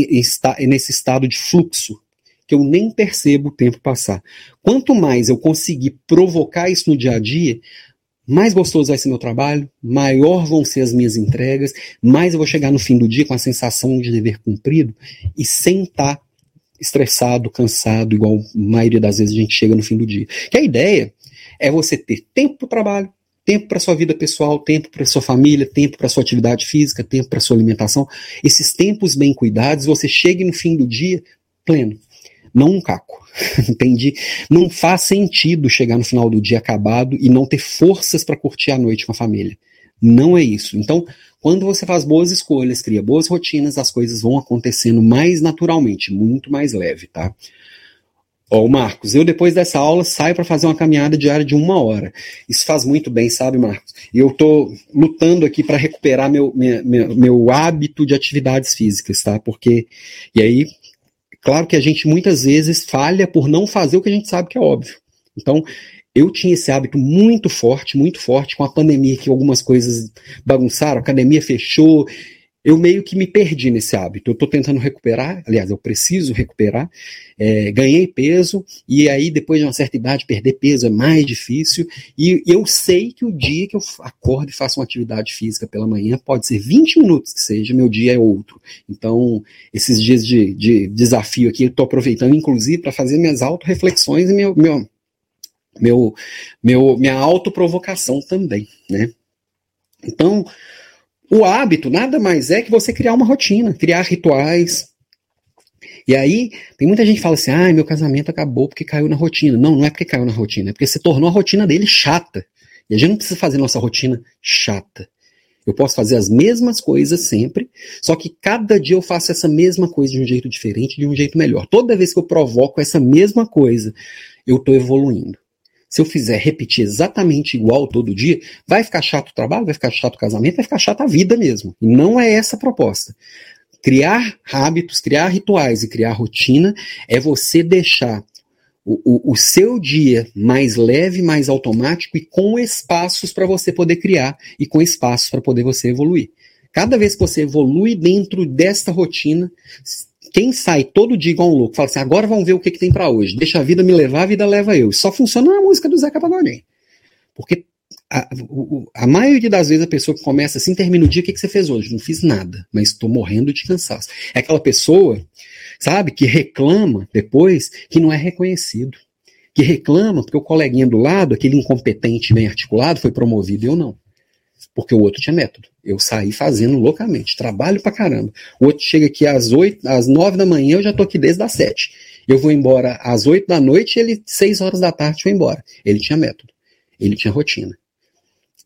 nesse estado de fluxo, que eu nem percebo o tempo passar. Quanto mais eu conseguir provocar isso no dia a dia, mais gostoso vai ser meu trabalho, maior vão ser as minhas entregas, mais eu vou chegar no fim do dia com a sensação de dever cumprido e sem estar estressado, cansado, igual a maioria das vezes a gente chega no fim do dia. Que a ideia é você ter tempo para o trabalho, tempo para sua vida pessoal, tempo para sua família, tempo para sua atividade física, tempo para sua alimentação. Esses tempos bem cuidados, você chegue no fim do dia pleno. Não um caco, entendi? Não faz sentido chegar no final do dia acabado e não ter forças para curtir a noite com a família. Não é isso. Então, quando você faz boas escolhas, cria boas rotinas, as coisas vão acontecendo mais naturalmente, muito mais leve, tá? Ó, Marcos, eu depois dessa aula saio para fazer uma caminhada diária de 1 hora. Isso faz muito bem, sabe, Marcos? E eu tô lutando aqui para recuperar meu hábito de atividades físicas, tá? Porque, e aí, claro que a gente muitas vezes falha por não fazer o que a gente sabe que é óbvio. Então, eu tinha esse hábito muito forte, com a pandemia, que algumas coisas bagunçaram, a academia fechou, eu meio que me perdi nesse hábito. Eu estou tentando recuperar, aliás, eu preciso recuperar, ganhei peso, e aí depois de uma certa idade perder peso é mais difícil, e eu sei que o dia que eu acordo e faço uma atividade física pela manhã, pode ser 20 minutos que seja, meu dia é outro. Então, esses dias de desafio aqui, eu estou aproveitando, inclusive, para fazer minhas auto-reflexões e minha autoprovocação também, né? Então, o hábito nada mais é que você criar uma rotina, criar rituais. E aí, tem muita gente que fala assim, meu casamento acabou porque caiu na rotina. Não, não é porque caiu na rotina, é porque você tornou a rotina dele chata. E a gente não precisa fazer nossa rotina chata. Eu posso fazer as mesmas coisas sempre, só que cada dia eu faço essa mesma coisa de um jeito diferente, de um jeito melhor. Toda vez que eu provoco essa mesma coisa, eu estou evoluindo. Se eu fizer repetir exatamente igual todo dia, vai ficar chato o trabalho, vai ficar chato o casamento, vai ficar chata a vida mesmo. E não é essa a proposta. Criar hábitos, criar rituais e criar rotina é você deixar o seu dia mais leve, mais automático e com espaços para você poder criar e com espaços para poder você evoluir. Cada vez que você evolui dentro desta rotina, quem sai todo dia igual um louco, fala assim, agora vamos ver o que tem para hoje, deixa a vida me levar, a vida leva eu. Só funciona na música do Zeca Pagodinho. Porque a maioria das vezes a pessoa que começa assim, termina o dia, o que você fez hoje? Não fiz nada, mas estou morrendo de cansaço. É aquela pessoa, sabe, que reclama depois que não é reconhecido. Que reclama porque o coleguinha do lado, aquele incompetente bem articulado, foi promovido e eu não. Porque o outro tinha método. Eu saí fazendo loucamente, trabalho pra caramba. O outro chega aqui às 9 da manhã, eu já tô aqui desde as 7. Eu vou embora às 8 da noite, ele 6 horas da tarde foi embora. Ele tinha método, ele tinha rotina.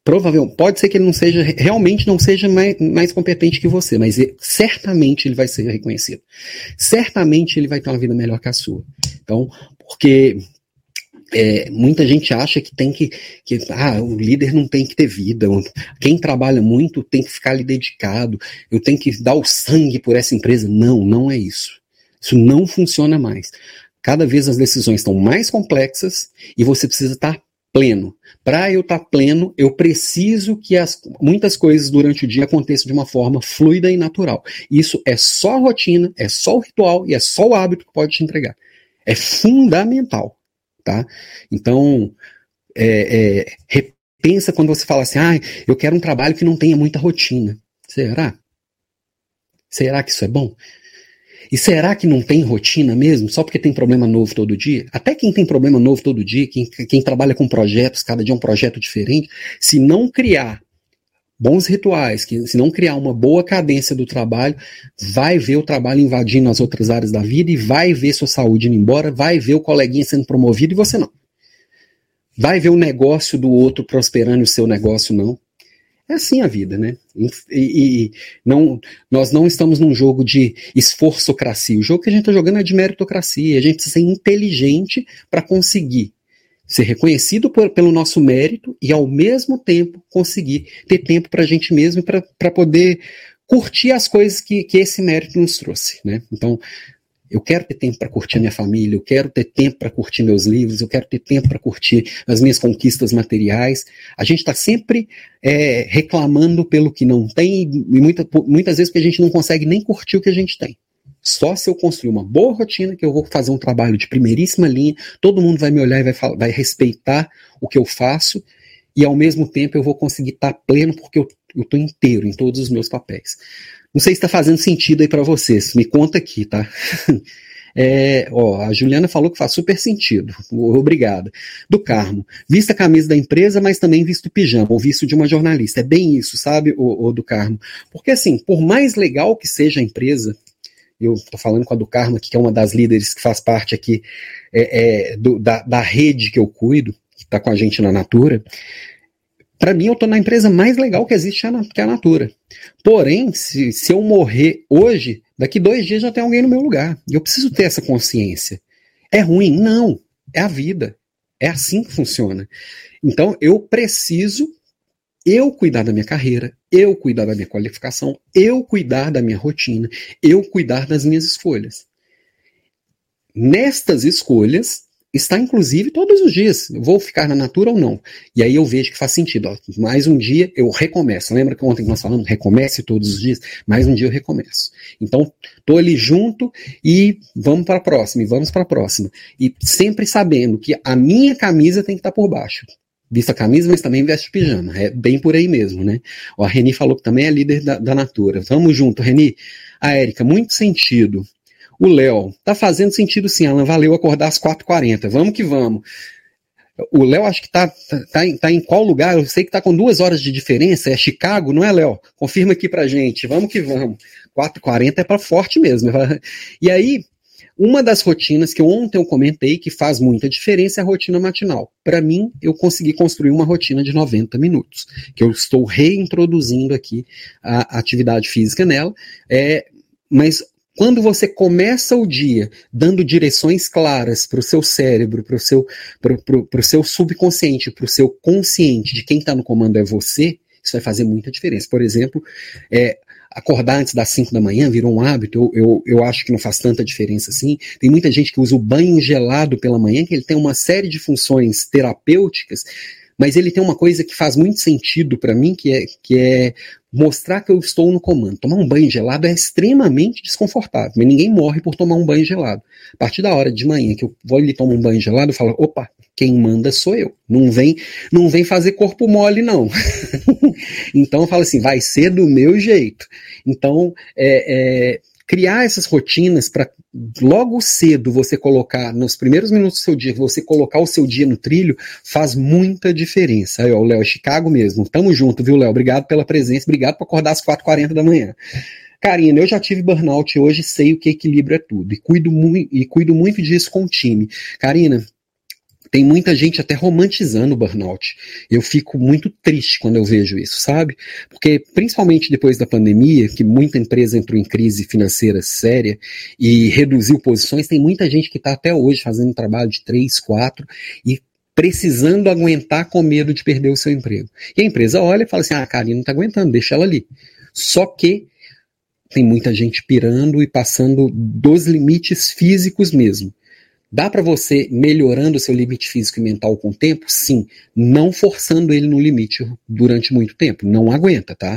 provavelmente, pode ser que ele realmente não seja mais competente que você, mas certamente ele vai ser reconhecido. Certamente ele vai ter uma vida melhor que a sua. Então, porque muita gente acha que o líder não tem que ter vida, quem trabalha muito tem que ficar ali dedicado, eu tenho que dar o sangue por essa empresa. Não é isso. Isso não funciona mais. Cada vez as decisões estão mais complexas e você precisa estar pleno. Para eu estar pleno, eu preciso que muitas coisas durante o dia aconteçam de uma forma fluida e natural. Isso é só a rotina, é só o ritual e é só o hábito que pode te entregar. É fundamental, tá? Então, repensa quando você fala assim, eu quero um trabalho que não tenha muita rotina. Será? Será que isso é bom? E será que não tem rotina mesmo, só porque tem problema novo todo dia? Até quem tem problema novo todo dia, quem trabalha com projetos, cada dia é um projeto diferente, se não criar bons rituais, se não criar uma boa cadência do trabalho, vai ver o trabalho invadindo as outras áreas da vida e vai ver sua saúde indo embora, vai ver o coleguinha sendo promovido e você não. Vai ver o negócio do outro prosperando e o seu negócio não. É assim a vida, né? Nós não estamos num jogo de esforçocracia. O jogo que a gente está jogando é de meritocracia. A gente precisa ser inteligente para conseguir ser reconhecido pelo nosso mérito e, ao mesmo tempo, conseguir ter tempo para a gente mesmo para poder curtir as coisas que esse mérito nos trouxe, né? Então, eu quero ter tempo para curtir a minha família, eu quero ter tempo para curtir meus livros, eu quero ter tempo para curtir as minhas conquistas materiais. A gente está sempre reclamando pelo que não tem e muitas vezes porque a gente não consegue nem curtir o que a gente tem. Só se eu construir uma boa rotina, que eu vou fazer um trabalho de primeiríssima linha, todo mundo vai me olhar e vai respeitar o que eu faço e ao mesmo tempo eu vou conseguir estar pleno porque eu estou inteiro em todos os meus papéis. Não sei se está fazendo sentido aí para vocês. Me conta aqui, tá? A Juliana falou que faz super sentido. Obrigada. Do Carmo. Vista a camisa da empresa, mas também visto o pijama, ou visto de uma jornalista. É bem isso, sabe, do Carmo? Porque assim, por mais legal que seja a empresa, eu estou falando com a do Carmo aqui, que é uma das líderes que faz parte aqui da rede que eu cuido, que está com a gente na Natura. Para mim, eu estou na empresa mais legal que existe, que é a Natura. Porém, se eu morrer hoje, daqui 2 dias já tem alguém no meu lugar. E eu preciso ter essa consciência. É ruim? Não. É a vida. É assim que funciona. Então, eu preciso cuidar da minha carreira, eu cuidar da minha qualificação, eu cuidar da minha rotina, eu cuidar das minhas escolhas. Nestas escolhas, está inclusive todos os dias, vou ficar na Natura ou não. E aí eu vejo que faz sentido. Mais um dia eu recomeço. Lembra que ontem nós falamos, recomece todos os dias? Mais um dia eu recomeço. Então, estou ali junto e vamos para a próxima, e vamos para a próxima. E sempre sabendo que a minha camisa tem que estar por baixo. Vista a camisa, mas também veste pijama. É bem por aí mesmo, né? A Reni falou que também é líder da Natura. Vamos junto, Reni. A Érica, muito sentido. O Léo, tá fazendo sentido sim, Alan, valeu acordar às 4h40, vamos que vamos. O Léo acho que tá em qual lugar? Eu sei que tá com 2 horas de diferença, é Chicago, não é, Léo? Confirma aqui pra gente, vamos que vamos. 4h40 é pra forte mesmo. E aí, uma das rotinas que ontem eu comentei que faz muita diferença é a rotina matinal. Para mim, eu consegui construir uma rotina de 90 minutos, que eu estou reintroduzindo aqui a atividade física nela, mas quando você começa o dia dando direções claras para o seu cérebro, para o seu subconsciente, para o seu consciente de quem está no comando é você, isso vai fazer muita diferença. Por exemplo, acordar antes das 5 da manhã virou um hábito, eu acho que não faz tanta diferença assim. Tem muita gente que usa o banho gelado pela manhã, que ele tem uma série de funções terapêuticas, mas ele tem uma coisa que faz muito sentido para mim, que é mostrar que eu estou no comando. Tomar um banho gelado é extremamente desconfortável, mas ninguém morre por tomar um banho gelado. A partir da hora de manhã que eu vou ali tomar um banho gelado, eu falo, opa, quem manda sou eu. Não vem fazer corpo mole, não. Então eu falo assim, vai ser do meu jeito. Então, criar essas rotinas para logo cedo você colocar, nos primeiros minutos do seu dia, você colocar o seu dia no trilho, faz muita diferença. Aí, ó, o Léo é Chicago mesmo. Tamo junto, viu, Léo? Obrigado pela presença, obrigado por acordar às 4h40 da manhã. Karina, eu já tive burnout hoje, sei o que equilíbrio é tudo. E cuido muito disso com o time. Karina, Tem muita gente até romantizando o burnout. Eu fico muito triste quando eu vejo isso, sabe? Porque, principalmente depois da pandemia, que muita empresa entrou em crise financeira séria e reduziu posições, tem muita gente que está até hoje fazendo um trabalho de 3, 4 e precisando aguentar com medo de perder o seu emprego. E a empresa olha e fala assim, a Karine não está aguentando, deixa ela ali. Só que tem muita gente pirando e passando dos limites físicos mesmo. Dá para você melhorando o seu limite físico e mental com o tempo? Sim. Não forçando ele no limite durante muito tempo. Não aguenta, tá?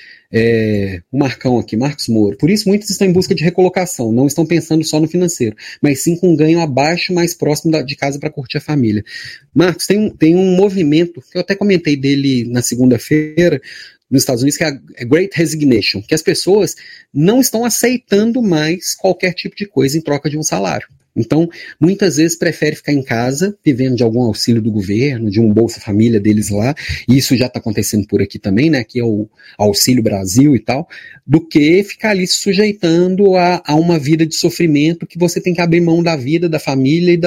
O Marcão aqui, Marcos Moro. Por isso, muitos estão em busca de recolocação. Não estão pensando só no financeiro, mas sim com um ganho abaixo, mais próximo de casa para curtir a família. Marcos, tem um movimento, que eu até comentei dele na segunda-feira, nos Estados Unidos, que é a Great Resignation, que as pessoas não estão aceitando mais qualquer tipo de coisa em troca de um salário. Então, muitas vezes prefere ficar em casa, vivendo de algum auxílio do governo, de um Bolsa Família deles lá, e isso já está acontecendo por aqui também, né, que é o Auxílio Brasil e tal, do que ficar ali se sujeitando a uma vida de sofrimento que você tem que abrir mão da vida, da família e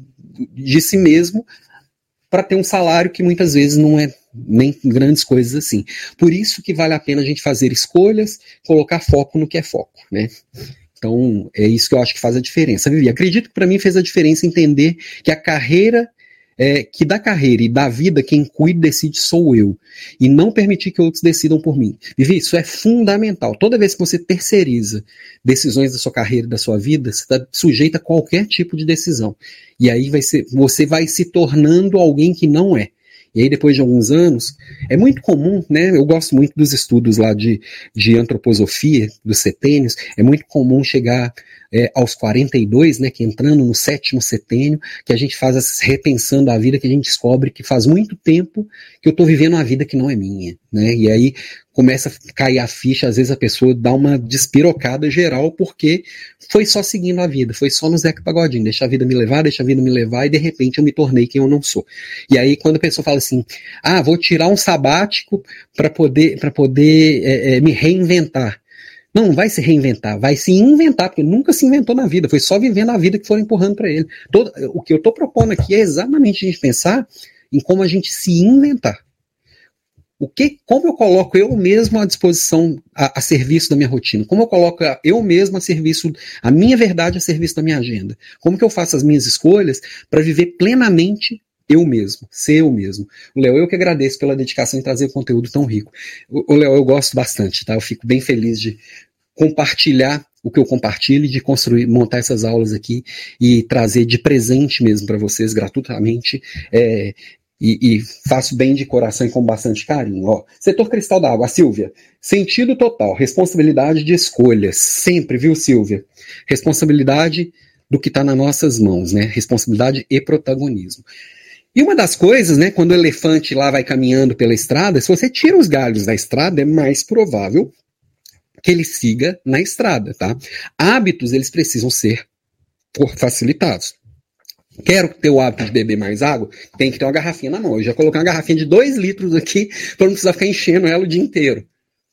de si mesmo para ter um salário que muitas vezes não é nem grandes coisas assim. Por isso que vale a pena a gente fazer escolhas, colocar foco no que é foco, né? Então, é isso que eu acho que faz a diferença. Vivi, acredito que para mim fez a diferença entender que a carreira, que da carreira e da vida, quem cuida e decide sou eu. E não permitir que outros decidam por mim. Vivi, isso é fundamental. Toda vez que você terceiriza decisões da sua carreira e da sua vida, você está sujeito a qualquer tipo de decisão. E aí você vai se tornando alguém que não é. E aí, depois de alguns anos, é muito comum, né? Eu gosto muito dos estudos lá de antroposofia, dos setênios, é muito comum chegar aos 42, né? Que entrando no 7º setênio, que a gente faz repensando a vida, que a gente descobre que faz muito tempo que eu estou vivendo uma vida que não é minha, né? E aí começa a cair a ficha, às vezes a pessoa dá uma despirocada geral, porque foi só seguindo a vida, foi só no Zeca Pagodinho, deixa a vida me levar, e de repente eu me tornei quem eu não sou. E aí quando a pessoa fala assim, vou tirar um sabático para poder me reinventar. Não vai se reinventar, vai se inventar, porque nunca se inventou na vida, foi só vivendo a vida que foram empurrando para ele. O que eu estou propondo aqui é exatamente a gente pensar em como a gente se inventar. Como eu coloco eu mesmo à disposição, a serviço da minha rotina? Como eu coloco eu mesmo a minha verdade a serviço da minha agenda? Como que eu faço as minhas escolhas para viver plenamente eu mesmo, ser eu mesmo? Léo, eu que agradeço pela dedicação em trazer conteúdo tão rico. Léo, eu gosto bastante, tá? Eu fico bem feliz de compartilhar o que eu compartilho, de montar essas aulas aqui e trazer de presente mesmo para vocês, gratuitamente, e faço bem de coração e com bastante carinho. Ó, setor cristal da água, Silvia. Sentido total, responsabilidade de escolhas. Sempre, viu, Silvia? Responsabilidade do que está nas nossas mãos, né? Responsabilidade e protagonismo. E uma das coisas, né, quando o elefante lá vai caminhando pela estrada, se você tira os galhos da estrada, é mais provável que ele siga na estrada, tá? Hábitos, eles precisam ser facilitados. Quero ter o hábito de beber mais água? Tem que ter uma garrafinha na mão. Eu já coloquei uma garrafinha de 2 litros aqui para não precisar ficar enchendo ela o dia inteiro.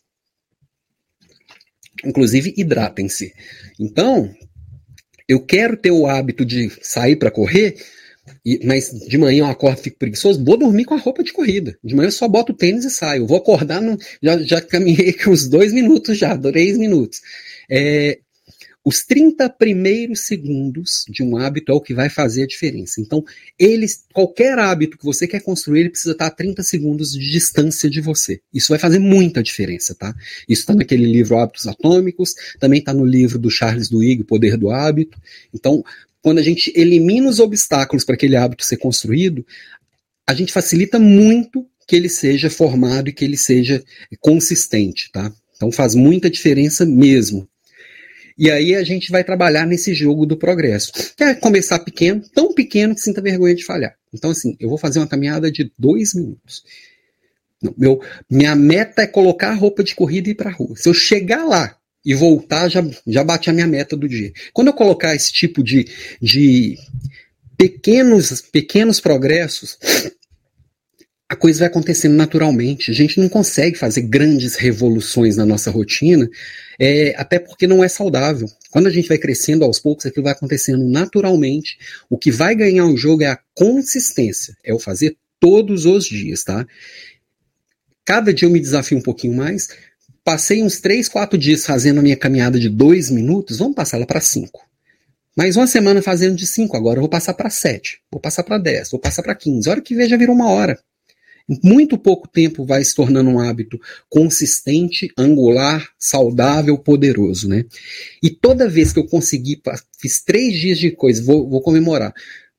Inclusive, hidratem-se. Então, eu quero ter o hábito de sair para correr, mas de manhã eu acordo, fico preguiçoso, vou dormir com a roupa de corrida. De manhã eu só boto o tênis e saio. Eu vou acordar, já caminhei uns 2 minutos já, 3 minutos. Os 30 primeiros segundos de um hábito é o que vai fazer a diferença. Então, qualquer hábito que você quer construir, ele precisa estar a 30 segundos de distância de você. Isso vai fazer muita diferença, tá? Isso está naquele livro Hábitos Atômicos, também está no livro do Charles Duhigg, O Poder do Hábito. Então, quando a gente elimina os obstáculos para aquele hábito ser construído, a gente facilita muito que ele seja formado e que ele seja consistente, tá? Então, faz muita diferença mesmo. E aí a gente vai trabalhar nesse jogo do progresso. Quer começar pequeno, tão pequeno que sinta vergonha de falhar. Então, assim, eu vou fazer uma caminhada de 2 minutos. Minha meta é colocar a roupa de corrida e ir para a rua. Se eu chegar lá e voltar, já bati a minha meta do dia. Quando eu colocar esse tipo de pequenos progressos, a coisa vai acontecendo naturalmente. A gente não consegue fazer grandes revoluções na nossa rotina, até porque não é saudável. Quando a gente vai crescendo aos poucos, aquilo vai acontecendo naturalmente. O que vai ganhar o jogo é a consistência, é o fazer todos os dias, tá? Cada dia eu me desafio um pouquinho mais. Passei uns 3, 4 dias fazendo a minha caminhada de 2 minutos, vamos passar ela para 5. Mais uma semana fazendo de 5, agora eu vou passar para 7, vou passar para 10, vou passar para 15. A hora que ver já virou 1 hora. Em muito pouco tempo vai se tornando um hábito consistente, angular, saudável, poderoso, né? E toda vez que eu conseguir, fiz 3 dias de coisa, vou comemorar.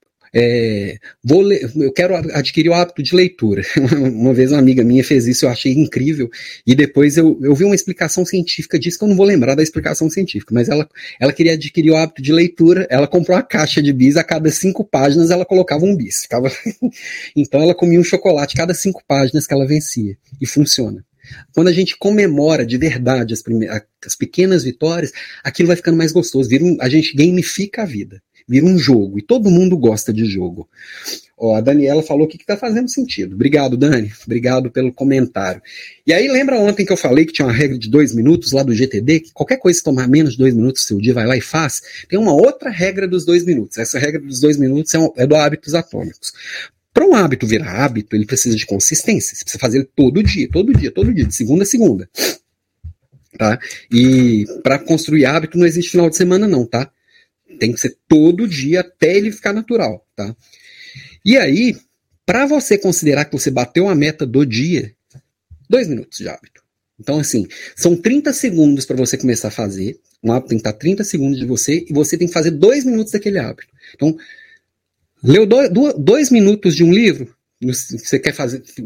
Eu quero adquirir o hábito de leitura. Uma vez uma amiga minha fez isso, eu achei incrível, e depois eu vi uma explicação científica disso, que eu não vou lembrar da explicação científica, mas ela queria adquirir o hábito de leitura. Ela comprou uma caixa de bis, a cada 5 páginas ela colocava um bis. Então ela comia um chocolate cada 5 páginas que ela vencia, e funciona. Quando a gente comemora de verdade as pequenas vitórias, aquilo vai ficando mais gostoso, a gente gamifica a vida. Vira um jogo, e todo mundo gosta de jogo. A Daniela falou que está fazendo sentido. Obrigado, Dani. Obrigado pelo comentário. E aí, lembra ontem que eu falei que tinha uma regra de 2 minutos lá do GTD, que qualquer coisa que tomar menos de 2 minutos do seu dia, vai lá e faz? Tem uma outra regra dos 2 minutos. Essa regra dos 2 minutos é do Hábitos Atômicos. Para um hábito virar hábito, ele precisa de consistência. Você precisa fazer ele todo dia, de segunda a segunda. Tá? E para construir hábito não existe final de semana não, tá? Tem que ser todo dia até ele ficar natural, tá? E aí, para você considerar que você bateu a meta do dia, 2 minutos de hábito. Então, assim, são 30 segundos para você começar a fazer. Um hábito tem que estar 30 segundos de você, e você tem que fazer 2 minutos daquele hábito. Então, leu 2 minutos de um livro, você quer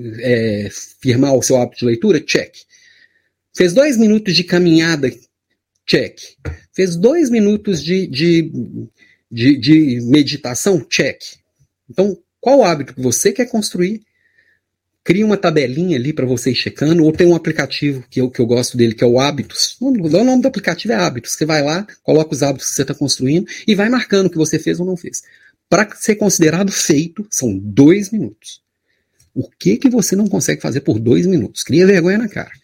firmar o seu hábito de leitura? Check. Fez 2 minutos de caminhada? Check. Fez 2 minutos de meditação? Check. Então, qual hábito que você quer construir? Cria uma tabelinha ali para você ir checando, ou tem um aplicativo que eu gosto dele, que é o Hábitos. O nome do aplicativo é Hábitos. Você vai lá, coloca os hábitos que você está construindo e vai marcando o que você fez ou não fez. Para ser considerado feito, são 2 minutos. O que você não consegue fazer por 2 minutos? Cria vergonha na cara.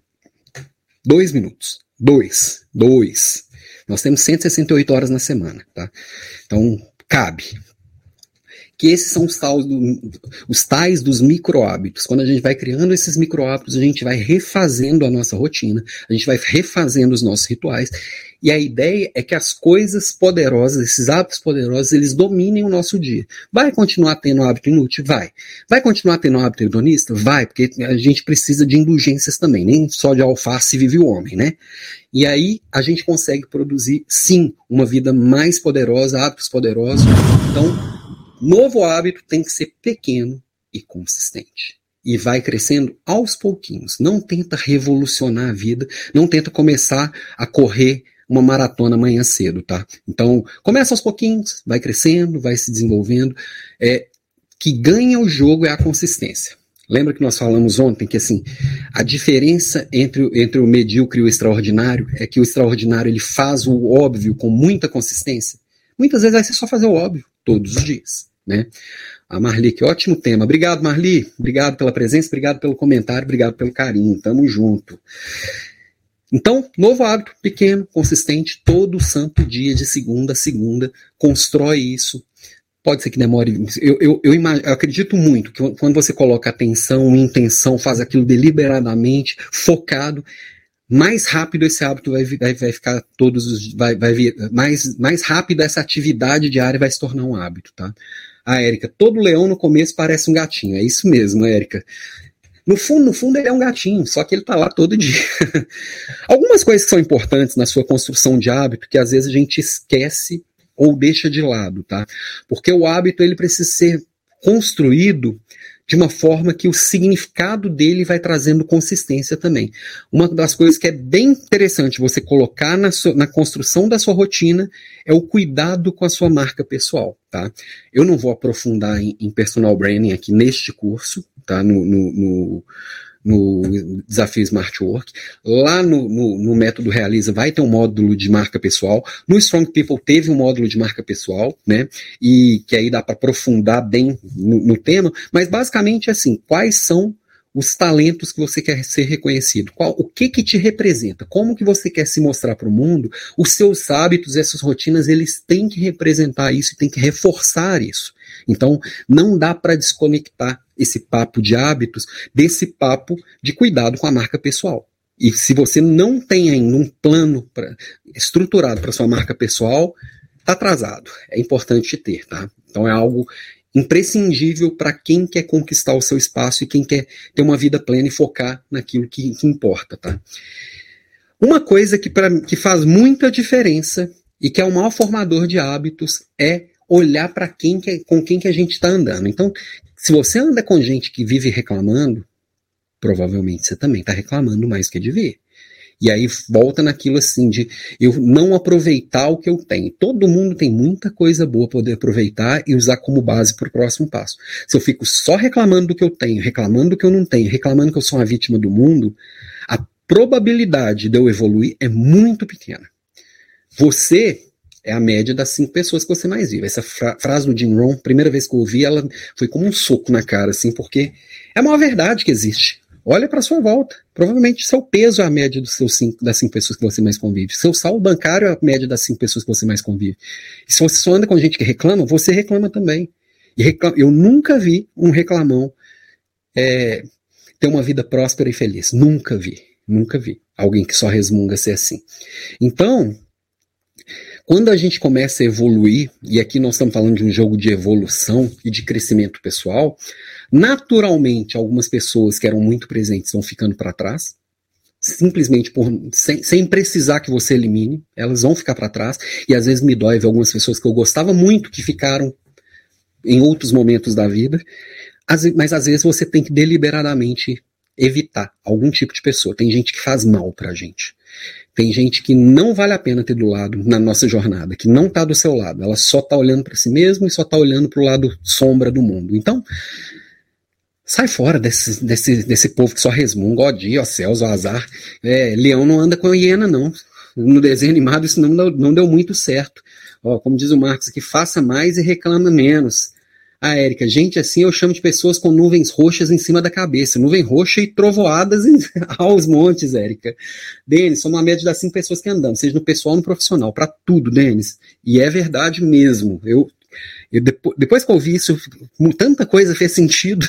2 minutos. 2. Nós temos 168 horas na semana, tá? Então, cabe. Que esses são os tais dos micro-hábitos. Quando a gente vai criando esses micro-hábitos, a gente vai refazendo a nossa rotina, a gente vai refazendo os nossos rituais, e a ideia é que as coisas poderosas, esses hábitos poderosos, eles dominem o nosso dia. Vai continuar tendo hábito inútil? Vai. Vai continuar tendo hábito hedonista? Vai, porque a gente precisa de indulgências também, nem só de alface vive o homem, né? E aí a gente consegue produzir, sim, uma vida mais poderosa, hábitos poderosos. Então, novo hábito tem que ser pequeno e consistente. E vai crescendo aos pouquinhos. Não tenta revolucionar a vida, não tenta começar a correr uma maratona amanhã cedo, tá? Então, começa aos pouquinhos, vai crescendo, vai se desenvolvendo. Que ganha o jogo é a consistência. Lembra que nós falamos ontem que assim, a diferença entre o medíocre e o extraordinário é que o extraordinário ele faz o óbvio com muita consistência. Muitas vezes vai ser só fazer o óbvio todos os dias, né? A Marli, que ótimo tema. Obrigado, Marli. Obrigado pela presença, obrigado pelo comentário, obrigado pelo carinho. Tamo junto. Então, novo hábito, pequeno, consistente, todo santo dia, de segunda a segunda, constrói isso. Pode ser que demore. Eu acredito muito que quando você coloca atenção, intenção, faz aquilo deliberadamente, focado, mais rápido esse hábito vai ficar mais rápido essa atividade diária vai se tornar um hábito, tá? Érica, todo leão no começo parece um gatinho. É isso mesmo, Érica. No fundo ele é um gatinho, só que ele tá lá todo dia. Algumas coisas que são importantes na sua construção de hábito, que às vezes a gente esquece ou deixa de lado, tá? Porque o hábito, ele precisa ser construído de uma forma que o significado dele vai trazendo consistência também. Uma das coisas que é bem interessante você colocar na construção da sua rotina é o cuidado com a sua marca pessoal, tá? Eu não vou aprofundar em personal branding aqui neste curso, tá? no Desafio Smart Work. Lá no Método Realiza vai ter um módulo de marca pessoal. No Strong People teve um módulo de marca pessoal, né? E que aí dá para aprofundar bem no tema. Mas basicamente assim, quais são os talentos que você quer ser reconhecido? O que te representa? Como que você quer se mostrar para o mundo? Os seus hábitos, essas rotinas, eles têm que representar isso, têm que reforçar isso. Então, não dá para desconectar esse papo de hábitos desse papo de cuidado com a marca pessoal. E se você não tem ainda um plano estruturado para sua marca pessoal, está atrasado. É importante ter, tá? Então é algo imprescindível para quem quer conquistar o seu espaço e quem quer ter uma vida plena e focar naquilo que importa, tá? Uma coisa que faz muita diferença e que é o maior formador de hábitos é olhar para com quem que a gente está andando. Então, se você anda com gente que vive reclamando, provavelmente você também está reclamando mais que devia. E aí volta naquilo assim de eu não aproveitar o que eu tenho. Todo mundo tem muita coisa boa para poder aproveitar e usar como base para o próximo passo. Se eu fico só reclamando do que eu tenho, reclamando do que eu não tenho, reclamando que eu sou uma vítima do mundo, a probabilidade de eu evoluir é muito pequena. Você é a média das 5 pessoas que você mais vive. Essa frase do Jim Rohn, primeira vez que eu ouvi, ela foi como um soco na cara, assim, porque é a maior verdade que existe. Olha para sua volta. Provavelmente seu peso é a média das 5 pessoas que você mais convive. Seu saldo bancário é a média das 5 pessoas que você mais convive. E se você só anda com gente que reclama, você reclama também. Eu nunca vi um reclamão ter uma vida próspera e feliz. Nunca vi. Nunca vi. Alguém que só resmunga ser assim. Então, quando a gente começa a evoluir, e aqui nós estamos falando de um jogo de evolução e de crescimento pessoal, naturalmente algumas pessoas que eram muito presentes vão ficando para trás, simplesmente sem precisar que você elimine, elas vão ficar para trás, e às vezes me dói ver algumas pessoas que eu gostava muito que ficaram em outros momentos da vida, mas às vezes você tem que deliberadamente evitar algum tipo de pessoa. Tem gente que faz mal pra gente. Tem gente que não vale a pena ter do lado na nossa jornada, que não está do seu lado. Ela só está olhando para si mesma e só está olhando para o lado sombra do mundo. Então, sai fora desse povo que só resmunga, ó dia, ó céus, ó azar. Leão não anda com hiena, não. No desenho animado isso não deu muito certo. Ó, como diz o Marcos aqui, faça mais e reclama menos. Ah, Érica, gente assim eu chamo de pessoas com nuvens roxas em cima da cabeça. Nuvem roxa e trovoadas aos montes, Érica. Denis, sou uma média das 5 pessoas que andamos, seja no pessoal ou no profissional, para tudo, Denis. E é verdade mesmo. Depois que eu ouvi isso, tanta coisa fez sentido.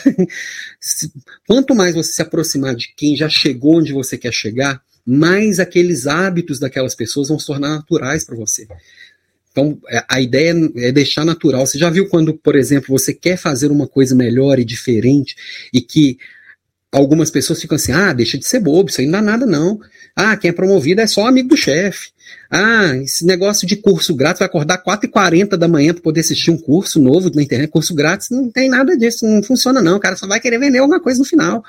Quanto mais você se aproximar de quem já chegou onde você quer chegar, mais aqueles hábitos daquelas pessoas vão se tornar naturais para você. Então, a ideia é deixar natural. Você já viu quando, por exemplo, você quer fazer uma coisa melhor e diferente e que algumas pessoas ficam assim, deixa de ser bobo, isso aí não dá nada não. Quem é promovido é só amigo do chefe. Esse negócio de curso grátis, vai acordar 4h40 da manhã para poder assistir um curso novo na internet, curso grátis, não tem nada disso, não funciona não, o cara só vai querer vender alguma coisa no final.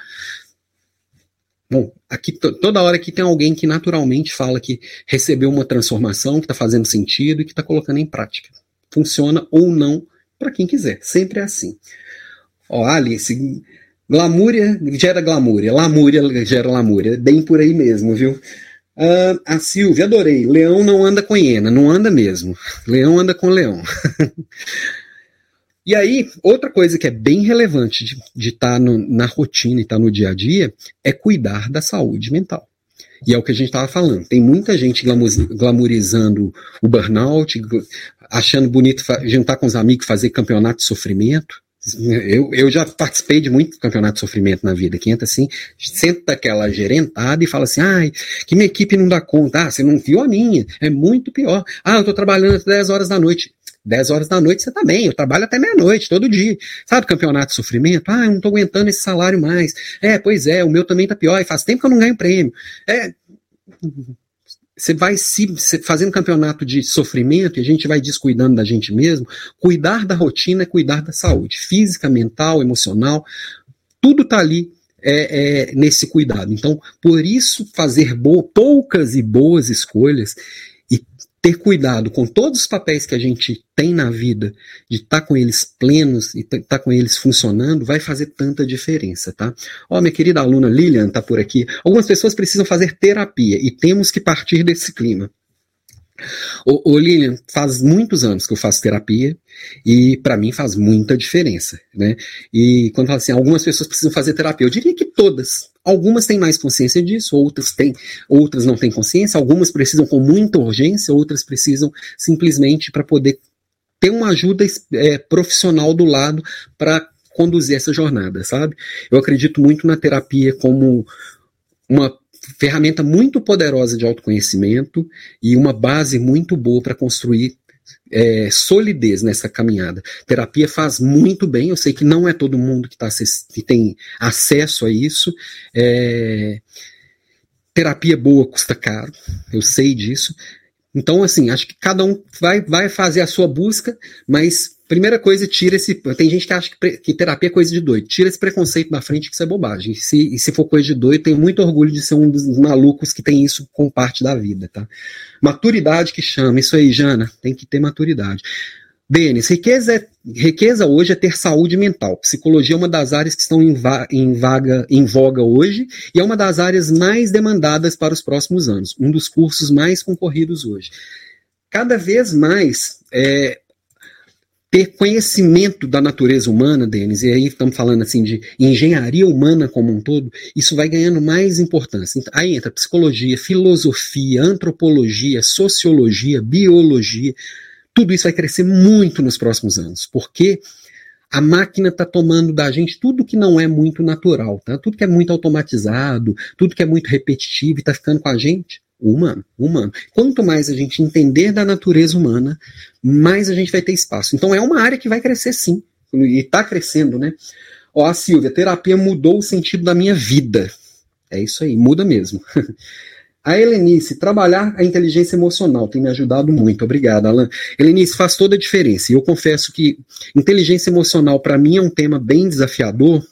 Bom, aqui toda hora aqui tem alguém que naturalmente fala que recebeu uma transformação, que está fazendo sentido e que está colocando em prática. Funciona ou não para quem quiser, sempre é assim. Ó, Alice, glamúria gera glamúria, lamúria gera lamúria, bem por aí mesmo, viu? A Silvia, adorei, leão não anda com hiena, não anda mesmo, leão anda com leão. E aí, outra coisa que é bem relevante de estar na rotina e estar no dia a dia é cuidar da saúde mental. E é o que a gente estava falando. Tem muita gente glamourizando o burnout, achando bonito juntar com os amigos, fazer campeonato de sofrimento. Eu já participei de muito campeonato de sofrimento na vida, que entra assim, senta aquela gerentada e fala assim, que minha equipe não dá conta, você não viu a minha, é muito pior. Eu tô trabalhando até 10 horas da noite. 10 horas da noite você tá bem, eu trabalho até meia-noite, todo dia. Sabe campeonato de sofrimento? Eu não tô aguentando esse salário mais. Pois é, o meu também tá pior, e faz tempo que eu não ganho prêmio. Você vai fazendo campeonato de sofrimento e a gente vai descuidando da gente mesmo. Cuidar da rotina é cuidar da saúde, física, mental, emocional, tudo tá ali nesse cuidado. Então, por isso fazer poucas e boas escolhas e ter cuidado com todos os papéis que a gente tem na vida, de estar com eles plenos e estar com eles funcionando, vai fazer tanta diferença, tá? Ó, minha querida aluna Lilian tá por aqui. Algumas pessoas precisam fazer terapia e temos que partir desse clima. Ô Lilian, faz muitos anos que eu faço terapia e para mim faz muita diferença, né? E quando fala assim, algumas pessoas precisam fazer terapia, eu diria que todas. Algumas têm mais consciência disso, outras não têm consciência, algumas precisam com muita urgência, outras precisam simplesmente para poder ter uma ajuda profissional do lado para conduzir essa jornada, sabe? Eu acredito muito na terapia como uma ferramenta muito poderosa de autoconhecimento e uma base muito boa para construir solidez nessa caminhada. Terapia faz muito bem, eu sei que não é todo mundo que tem acesso a isso. Terapia boa custa caro, eu sei disso. Então, assim, acho que cada um vai fazer a sua busca, mas primeira coisa, tem gente que acha que terapia é coisa de doido. Tira esse preconceito da frente, que isso é bobagem. E se for coisa de doido, tenho muito orgulho de ser um dos malucos que tem isso como parte da vida, tá? Maturidade que chama. Isso aí, Jana, tem que ter maturidade. Denis, riqueza hoje é ter saúde mental. Psicologia é uma das áreas que estão em voga hoje e é uma das áreas mais demandadas para os próximos anos. Um dos cursos mais concorridos hoje. Cada vez mais ter conhecimento da natureza humana, Denis, e aí estamos falando assim de engenharia humana como um todo, isso vai ganhando mais importância. Aí entra psicologia, filosofia, antropologia, sociologia, biologia, tudo isso vai crescer muito nos próximos anos, porque a máquina está tomando da gente tudo que não é muito natural, tá? Tudo que é muito automatizado, tudo que é muito repetitivo e está ficando com a gente humano. Quanto mais a gente entender da natureza humana, mais a gente vai ter espaço. Então é uma área que vai crescer sim, e está crescendo, né? Ó, a Silvia, terapia mudou o sentido da minha vida. É isso aí, muda mesmo. A Helenice, trabalhar a inteligência emocional tem me ajudado muito. Obrigado, Alan. Helenice, faz toda a diferença. E eu confesso que inteligência emocional para mim é um tema bem desafiador,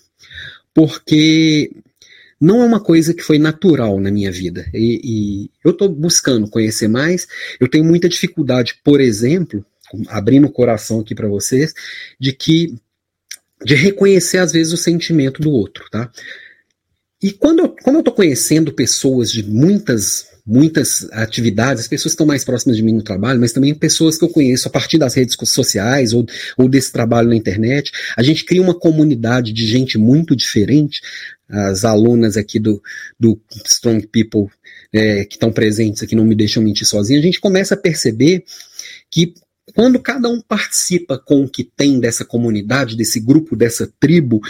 porque não é uma coisa que foi natural na minha vida. E eu estou buscando conhecer mais. Eu tenho muita dificuldade, por exemplo, abrindo o coração aqui para vocês, de reconhecer às vezes o sentimento do outro, tá? E como eu estou conhecendo pessoas de muitas atividades, as pessoas que estão mais próximas de mim no trabalho, mas também pessoas que eu conheço a partir das redes sociais ou desse trabalho na internet, a gente cria uma comunidade de gente muito diferente. As alunas aqui do Strong People que estão presentes aqui, não me deixam mentir sozinha, a gente começa a perceber que quando cada um participa com o que tem dessa comunidade, desse grupo, dessa tribo,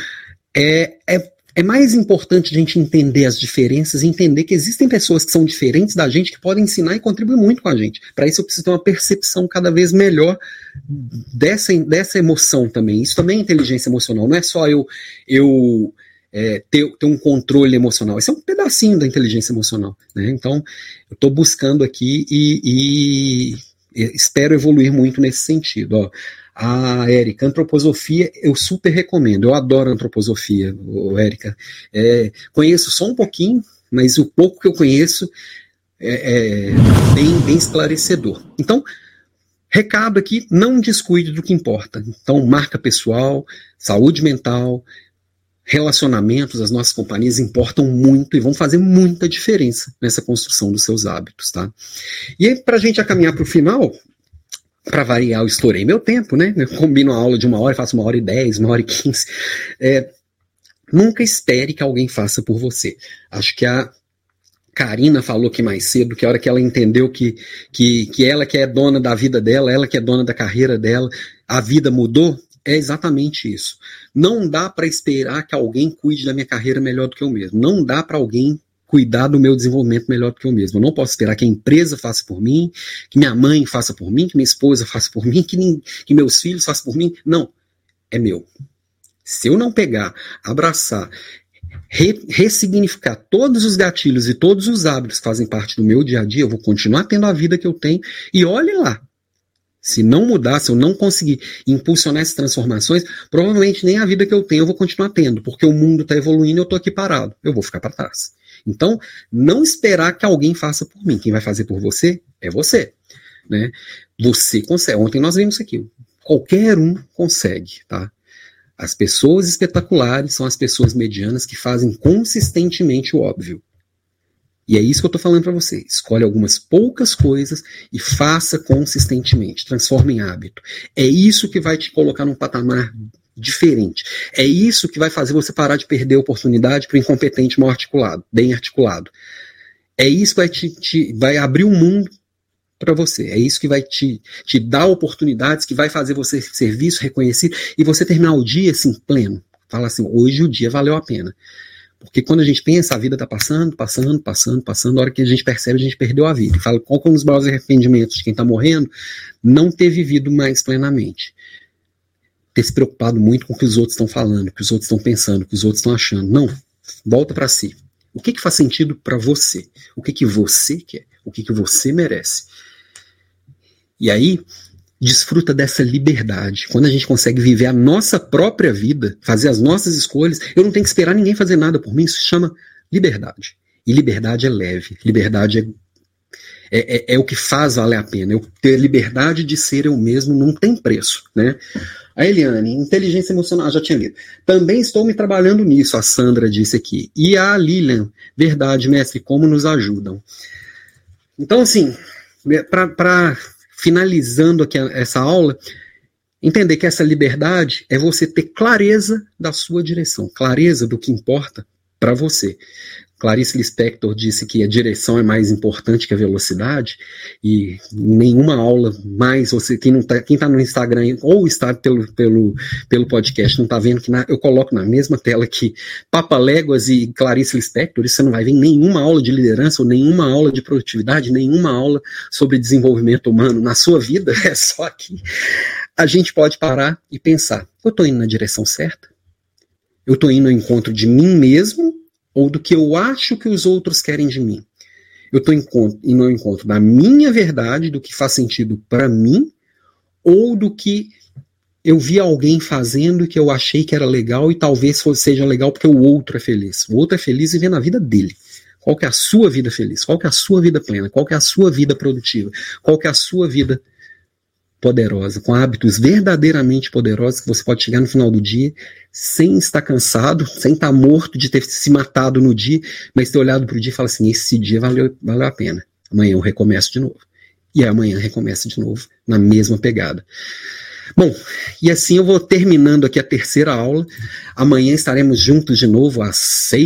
é mais importante a gente entender as diferenças e entender que existem pessoas que são diferentes da gente, que podem ensinar e contribuir muito com a gente. Para isso eu preciso ter uma percepção cada vez melhor dessa emoção também. Isso também é inteligência emocional, não é só eu ter um controle emocional. Isso é um pedacinho da inteligência emocional, né? Então, eu estou buscando aqui e espero evoluir muito nesse sentido. Ó, a Érica, antroposofia, eu super recomendo. Eu adoro antroposofia, Érica. Conheço só um pouquinho, mas o pouco que eu conheço é bem esclarecedor. Então, recado aqui, não descuide do que importa. Então, marca pessoal, saúde mental, relacionamentos, as nossas companhias importam muito e vão fazer muita diferença nessa construção dos seus hábitos, tá? E aí, para a gente caminhar para o final, para variar, eu estourei meu tempo, né? Eu combino a aula de 1 hora, faço 1h10, 1h15. Nunca espere que alguém faça por você. Acho que a Karina falou aqui mais cedo, que a hora que ela entendeu que ela que é dona da vida dela, ela que é dona da carreira dela, a vida mudou. É exatamente isso. Não dá para esperar que alguém cuide da minha carreira melhor do que eu mesmo. Não dá para alguém cuidar do meu desenvolvimento melhor do que eu mesmo. Eu não posso esperar que a empresa faça por mim, que minha mãe faça por mim, que minha esposa faça por mim, que meus filhos façam por mim. Não. É meu. Se eu não pegar, abraçar, ressignificar todos os gatilhos e todos os hábitos que fazem parte do meu dia a dia, eu vou continuar tendo a vida que eu tenho. E olhe lá. Se não mudar, se eu não conseguir impulsionar essas transformações, provavelmente nem a vida que eu tenho eu vou continuar tendo, porque o mundo está evoluindo e eu estou aqui parado. Eu vou ficar para trás. Então, não esperar que alguém faça por mim. Quem vai fazer por você é você. né? Você consegue. Ontem nós vimos aqui. Qualquer um consegue, tá? As pessoas espetaculares são as pessoas medianas que fazem consistentemente o óbvio. E é isso que eu estou falando para você. Escolhe algumas poucas coisas e faça consistentemente. Transforme em hábito. É isso que vai te colocar num patamar diferente. É isso que vai fazer você parar de perder a oportunidade para o incompetente mal articulado, bem articulado. É isso que vai abrir o mundo para você. É isso que vai te dar oportunidades, que vai fazer você ser visto, reconhecido, e você terminar o dia assim, pleno. Fala assim, hoje o dia valeu a pena. Porque quando a gente pensa, a vida está passando, a hora que a gente percebe, a gente perdeu a vida. E fala, qual que é um dos maiores arrependimentos de quem está morrendo? Não ter vivido mais plenamente. Ter se preocupado muito com o que os outros estão falando, o que os outros estão pensando, o que os outros estão achando. Não, volta para si. O que faz sentido para você? O que você quer? O que você merece? E aí, desfruta dessa liberdade. Quando a gente consegue viver a nossa própria vida, fazer as nossas escolhas, eu não tenho que esperar ninguém fazer nada por mim, isso se chama liberdade. E liberdade é leve, liberdade é o que faz valer a pena. Eu ter liberdade de ser eu mesmo não tem preço, né? A Eliane, inteligência emocional, já tinha lido. Também estou me trabalhando nisso, a Sandra disse aqui. E a Lilian, verdade, mestre, como nos ajudam. Então, assim, para finalizando aqui essa aula, entender que essa liberdade é você ter clareza da sua direção, clareza do que importa para você. Clarice Lispector disse que a direção é mais importante que a velocidade, e nenhuma aula mais, quem está no Instagram ou está pelo podcast não está vendo que eu coloco na mesma tela aqui Papaléguas e Clarice Lispector, e você não vai ver nenhuma aula de liderança ou nenhuma aula de produtividade, nenhuma aula sobre desenvolvimento humano na sua vida, é só que a gente pode parar e pensar, eu estou indo na direção certa? Eu estou indo ao encontro de mim mesmo ou do que eu acho que os outros querem de mim? Eu estou indo ao encontro da minha verdade, do que faz sentido para mim, ou do que eu vi alguém fazendo e que eu achei que era legal e talvez seja legal porque o outro é feliz. O outro é feliz vivendo a vida dele. Qual que é a sua vida feliz? Qual que é a sua vida plena? Qual que é a sua vida produtiva? Qual que é a sua vida poderosa, com hábitos verdadeiramente poderosos que você pode chegar no final do dia sem estar cansado, sem estar morto de ter se matado no dia, mas ter olhado para o dia e falar assim, esse dia valeu a pena. Amanhã eu recomeço de novo. E amanhã recomeço de novo, na mesma pegada. Bom, e assim eu vou terminando aqui a terceira aula. Amanhã estaremos juntos de novo às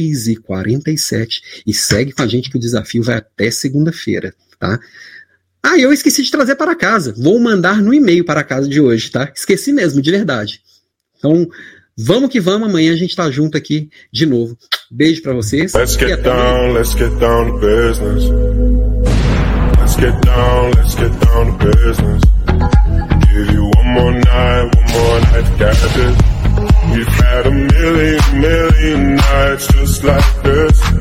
6h47 e segue com a gente que o desafio vai até segunda-feira, tá? Ah, eu esqueci de trazer para casa. Vou mandar no e-mail para casa de hoje, tá? Esqueci mesmo, de verdade. Então, vamos que vamos. Amanhã a gente tá junto aqui de novo. Beijo para vocês. Let's get down to business. Let's get down to business. Give you one more night to get this. We've had a million nights just like this.